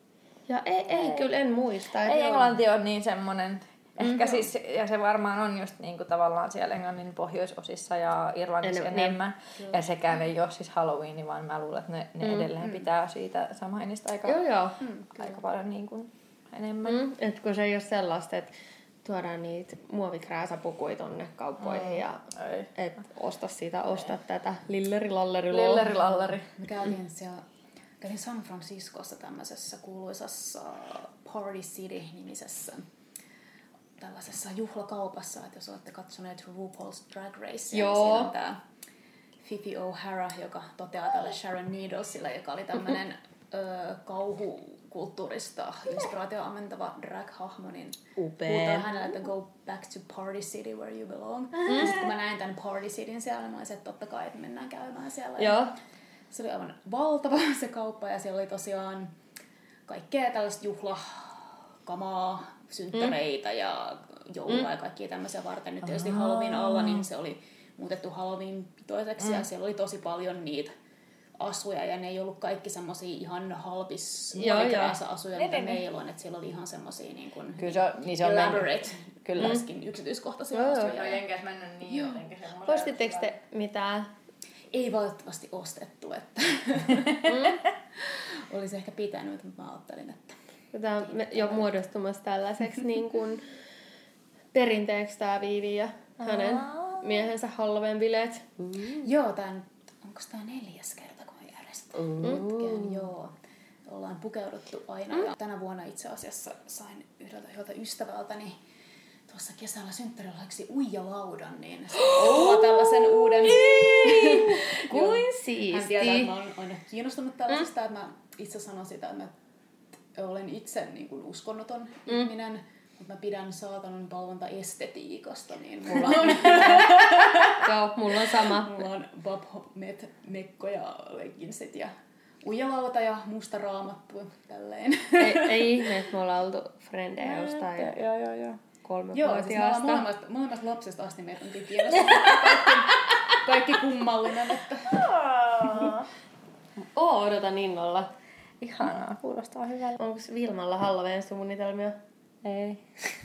A: Ja ei kyllä, en muista.
B: Ei englanti ole niin semmoinen. Ehkä siis, ja se varmaan on just niinku tavallaan siellä Englannin pohjoisosissa ja Irlannissa enemmän. Niin. Ja sekään ei ole siis Halloween, vaan mä luulen, että ne edelleen pitää siitä Samainista aika paljon niinku enemmän.
A: Et kun se ei ole sellaista, että tuodaan niitä muovikrääsäpukuja tonne kauppoihin ja et osta tätä lilleri.
C: Me kävin San Franciscossa tämmöisessä kuuluisassa Party City-nimisessä tällaisessa juhlakaupassa, että jos olette katsoneet RuPaul's Drag Racea, niin siinä on tää Fifi O'Hara, joka toteaa tälle Sharon Needlesille, joka oli tämmönen kauhukulttuurista inspiraatio ammentava drag-hahmo, niin puhutaan hänelle, että go back to Party City where you belong. Ja sitten kun mä näin tämän Party Cityn siellä, niin mä olisin, että totta kai, että mennään käymään siellä.
A: Joo.
C: Se oli aivan valtava se kauppa ja siellä oli tosiaan kaikkea tällaista juhlakamaa, synttäreitä ja joulua ja kaikkia tämmöisiä varten. Nyt tietysti Halloween alla, niin se oli muutettu Halloween-pitoiseksi ja siellä oli tosi paljon niitä asuja ja ne ei ollut kaikki semmosia ihan halpis muovikrääsä-asuja, mitä meillä on, että siellä oli ihan semmosia niin kuin elaborate, myöskin yksityiskohtaisia asuja.
B: Jenkeissä mennyt niin jotenkin semmoisia.
A: Postitteko te mitään?
C: Ei valitettavasti ostettu, että olisi ehkä pitänyt, mutta mä ajattelin, että
A: tämä on jo muodostumassa tällaiseksi niin kuin perinteeksi tämä Viivi ja hänen miehensä Halloween-bileet.
C: Joo, onko tämä 4. kerta, kun me järjestetään? Joo. Ollaan pukeuduttu aina. Ja tänä vuonna itse asiassa sain yhdeltä ystävältäni tuossa kesällä synttärilahjaksi uijalaudan, niin se on tällaisen uuden...
A: Kuin siisti!
C: Hän tietää, että mä oon aina kiinnostunut tällaisesta, että mä itse sanon sitä, että mä olen itse niin kuin uskonnoton ihminen, mutta mä pidän saatanan palvontaestetiikasta, niin mulla on...
A: Joo, mulla on sama.
C: Mulla on Bob-mekko ja legginsit ja uijalauta ja musta raamattu, tälleen.
A: Ei ihme, että me ollaan oltu frendejä jostain 3-vuotiaasta.
C: Joo, siis me ollaan molemmasta lapsesta asti meitä onkin kiinnostunut. Kaikki kummallinen, että...
A: Odotan innolla.
B: Ihanaa, kuulostaa hyvältä.
A: Onko Vilmalla Halloween suunnitelmia?
B: Ei.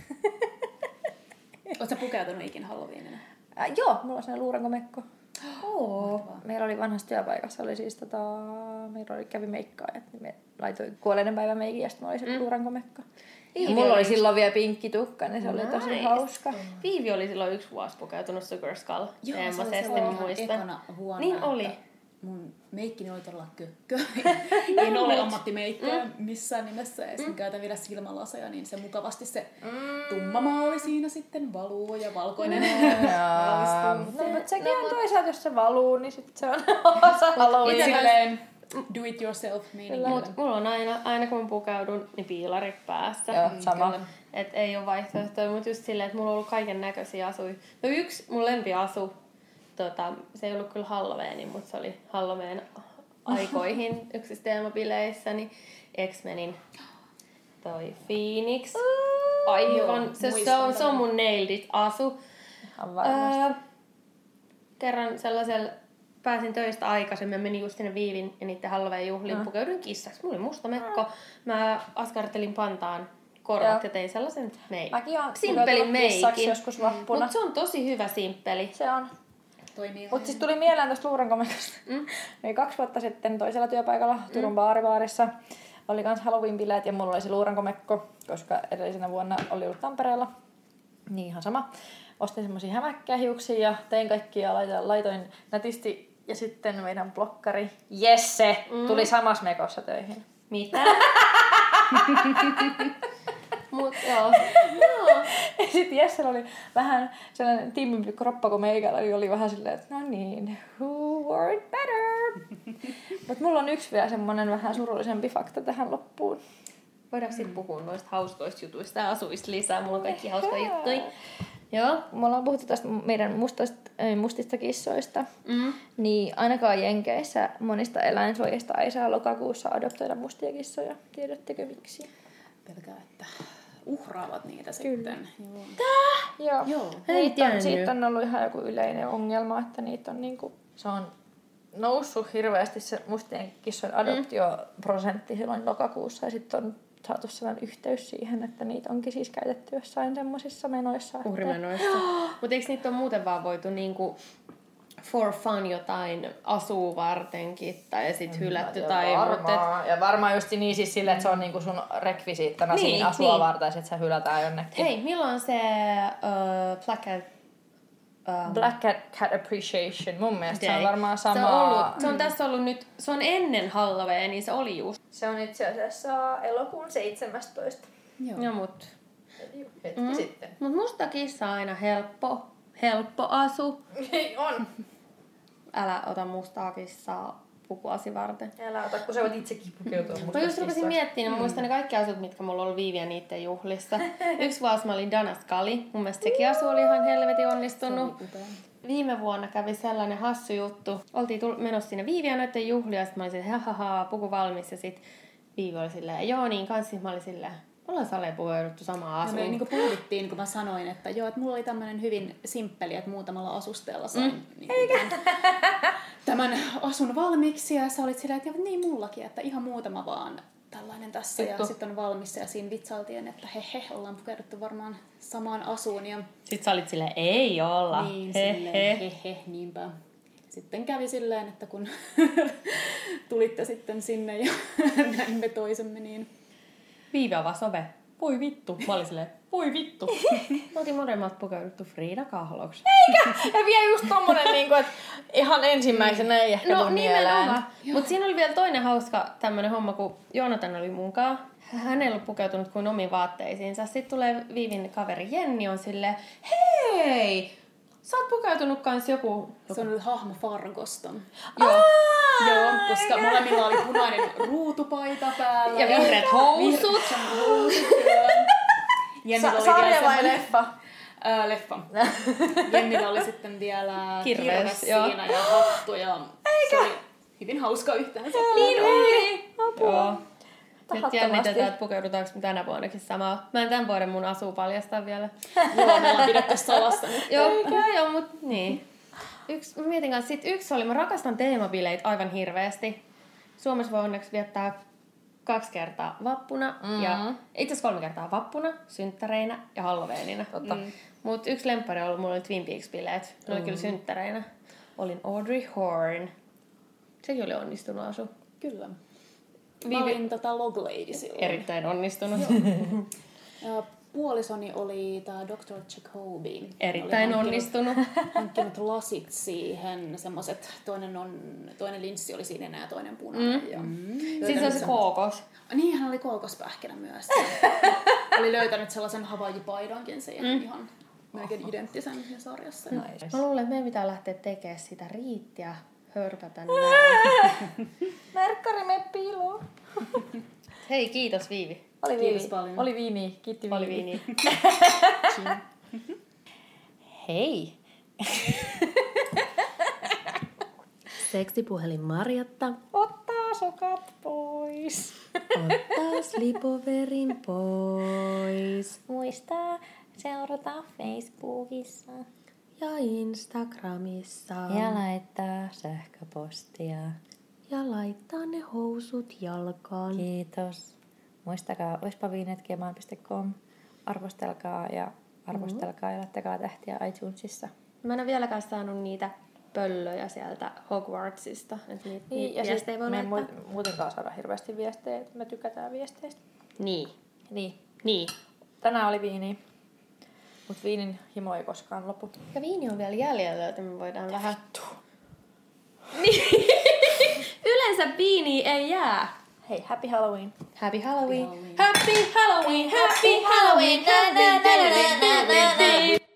C: Ootko pukeutunut ikin Halloweenina?
B: Joo, mulla on sellainen luurankomekko. Meillä oli vanhassa työpaikassa, oli siis meillä kävi meikkaajat, niin me laitoin kuolleinen päivä meikin ja sitten mulla oli se luurankomekko. Mulla oli silloin vielä pinkki tukka, niin se oli tosi hauska.
A: Viivi oli silloin 1 vuosi pukeutunut Sugar Skull.
C: Joo, se oli ihan ekana vuonna.
A: Niin oli.
C: Mun meikkini oli todella kökkö. En ole ammattimeikkoja missään nimessä. Ja sitten käytän vielä silmälaseja, niin se mukavasti se tumma maali siinä sitten valuu ja valkoinen
B: maalistuu. No, mutta sekin on toisaalta, jos se valuu, niin sitten se on osa Halloween.
C: Silleen do it yourself meininkiä.
A: Mulla on aina kun mä pukeudun, niin piilarit päässä.
B: Joo, sama.
A: Et ei ole vaihtoehtoja, mutta just silleen, että mulla on ollut kaiken näköisiä asuja. No yksi mun lempiasu, se ei ollut kyllä Halloween, mutta se oli Halloween aikoihin yksissä teemabileissä, niin X-Menin toi Phoenix. Aivan, se on mun nailed it asu.
B: Ihan varmasti.
A: Kerran sellaisella pääsin töistä aikaisemmin, menin just sinne Viivin ja niiden Halloween-juhliin, pukeuduin kissaksi. Mulla oli musta mekko. Mä askartelin pantaan korvat ja tein sellaisen simppelin meikin.
B: Joskus vappuna.
A: Mutta se on tosi hyvä simppeli.
B: Se on. Mutta siis tuli mieleen tuosta luurankomekosta. Niin 2 vuotta sitten toisella työpaikalla Turun baaribaarissa oli kans Halloween-bileet ja mulla oli se luurankomekko, koska edellisenä vuonna oli ollut Tampereella. Niin ihan sama. Ostin semmosia hämäkkiä hiuksia ja tein kaikkia ja laitoin nätisti. Ja sitten meidän blokkari Jesse tuli samassa mekossa töihin.
A: Mitä? Mut joo.
B: Ja sitten Jessellä oli vähän sellainen timmimpi kroppa kuin meikällä, oli vähän silleen, että no niin, who wore it better? Mutta mulla on yksi vielä semmonen vähän surullisempi fakta tähän loppuun.
A: Voidaanko sitten puhua noista hauskoista jutuista ja asuista lisää? Mulla on kaikki hauskoja juttuja. Joo.
B: Me ollaan puhuttu tästä meidän mustista kissoista. Niin ainakaan Jenkeissä monista eläinsuojista ei saa lokakuussa adoptoida mustia kissoja. Tiedättekö miksi?
C: Pelkää, että uhraavat niitä sitten.
B: Joo.
C: Joo.
B: Siitä on ollut ihan joku yleinen ongelma, että niitä on niinku, se on noussut hirveästi se mustien kissojen adoptioprosentti silloin lokakuussa ja sitten on saatu sellainen yhteys siihen, että niitä onkin siis käytetty jossain semmoisissa menoissa.
A: Uhrimenoissa. Mutta eikö niitä ole muuten vaan voitu niinku for fun jotain asua vartenkin tai sit hylätty tai
B: varmaan. Ja varmaan just niin siis silleen, että se on niinku sun rekvisiittana
A: niin,
B: siinä asua varten, että se hylätään jonnekin.
A: Hei, milloin se
B: Black Cat Appreciation, mun mielestä se on varmaan sama.
A: Se on tässä ollut nyt, se on ennen Halloweenia, niin se oli just.
B: Se on itse asiassa elokuun 17.
A: Joo, mut.
B: Hetki sitten.
A: Mut musta kissa on aina helppo asu.
B: On.
A: Älä ota mustaa kissaa pukuasi varten.
B: Älä ota, kun sä voit itsekin pukeutua mustaa.
A: Mä just rupesin miettimään, mä muistan ne kaikki asut, mitkä mulla oli Viiviä niitten juhlissa. Yksi vuosi mä olin Dana Scully. Mun mielestä sekin asu oli ihan helvetin onnistunut. Viime vuonna kävi sellainen hassu juttu. Oltiin menossa sinne Viiviä noitten juhlia, sit mä olin silleen, hahaha, puku valmis. Ja sit Viivi oli silleen, joo niin, kanssa mä olin silleen, me ollaan Sale pukeuduttu samaan asuun.
C: Ja me niinku puhuttiin, kun mä sanoin, että joo, että mulla oli tämmönen hyvin simppeli, että muutamalla asusteella sain tämän asun valmiiksi. Ja sä olit silleen, että niin mullakin, että ihan muutama vaan tällainen tässä. Ja sitten on valmis ja siinä vitsailtiin, että ollaan pukeuduttu varmaan samaan asuun. Ja
A: sitten sä olit silleen, ei olla.
C: Niin, silleen, niinpä. Sitten kävi silleen, että kun tulitte sitten sinne ja näimme toisemme, niin
A: Viivi avasi ove. Voi vittu. Mä olin silleen, voi vittu. Me oltiin molemmat pukeuduttu Frida Kahloksi.
B: Eikä! Ja vielä just tommonen, niinku, että ihan ensimmäisenä ei ehkä tule mieleen.
A: Mutta siinä oli vielä toinen hauska tämmönen homma, kun Joonatan oli munkaan. Hän ei ollut pukeutunut kuin omiin vaatteisiinsa. Sitten tulee Viivin kaveri Jenni on silleen, hei! Sä oot pukeutunut kans joku...
C: Se on hahmo Fargosta. Joo, koska molemmilla oli punainen ruutupaita päällä.
A: Ja vihreät housut.
B: Sarja vai leffa?
C: Leffa. Jennillä oli sitten vielä kirves siinä ja hattu. Ja se oli hyvin hauska yhteensä.
A: Niin oli! Apua. Nyt jännitetään, että pukeudutaanko me tänä vuonnakin samaa. Mä en tämän vuoden mun asuu paljastaa vielä.
C: Joo, me ollaan pidetty salassa nyt.
A: Joo, mut niin. Mä mietin kanssa, yksi oli, mä rakastan teemabileitä aivan hirveästi. Suomessa voi onneksi viettää 2 kertaa vappuna, ja itse asiassa 3 kertaa vappuna, synttäreinä ja Halloweenina. Mut yksi lemppari on ollut, mulla oli Twin Peaks-bileet. Ne oli kyllä synttäreinä. Olin Audrey Horne. Sekin oli onnistunut asu.
C: Kyllä. Mä olin Loglady silloin.
A: Erittäin onnistunut.
C: Puolisoni oli tää Dr. Jacobi.
A: Erittäin onnistunut.
C: Hankkinut lasit siihen, semmoset, toinen linssi oli siinä ja toinen punainen.
A: Siis on se kookos.
C: Niin, hän oli kookospähkinä myös. Oli löytänyt sellaisen Hawaii-paidankin siihen ihan melkein identtisen sarjassa.
A: Mä luulen, että meidän pitää lähteä tekemään sitä riittiä, hörpätä
B: Merkkari, me piiloon.
A: Hei, kiitos Viivi.
B: Oli
C: Kiitos paljon.
B: Oli viini. Kiitti
A: Oli
B: Viivi.
A: Hei. Seksipuhelin Marjatta.
B: Ottaa sokat pois.
A: Ottaa slipoverin pois.
B: Muistaa seurata Facebookissa.
A: Ja Instagramissa.
B: Ja laittaa sähköpostia.
A: Ja laittaa ne housut jalkaan.
B: Kiitos. Muistakaa oispaviinet@gmail.com. Arvostelkaa ja laittakaa tähtiä iTunesissa.
A: Mä en ole vieläkään saanut niitä pöllöjä sieltä Hogwartsista. Että niitä viestejä voi laittaa.
B: Me muutenkaan saada hirveästi viestejä. Me tykätään viesteistä.
A: Niin.
B: Tänään oli viini. Mut viinin himo ei koskaan lopu.
A: Ja viini on vielä jäljellä, joten me voidaan vähän... Yleensä viini ei jää.
B: Hei, happy Halloween.
A: Happy Halloween. Happy Halloween. Happy Halloween. Happy Halloween.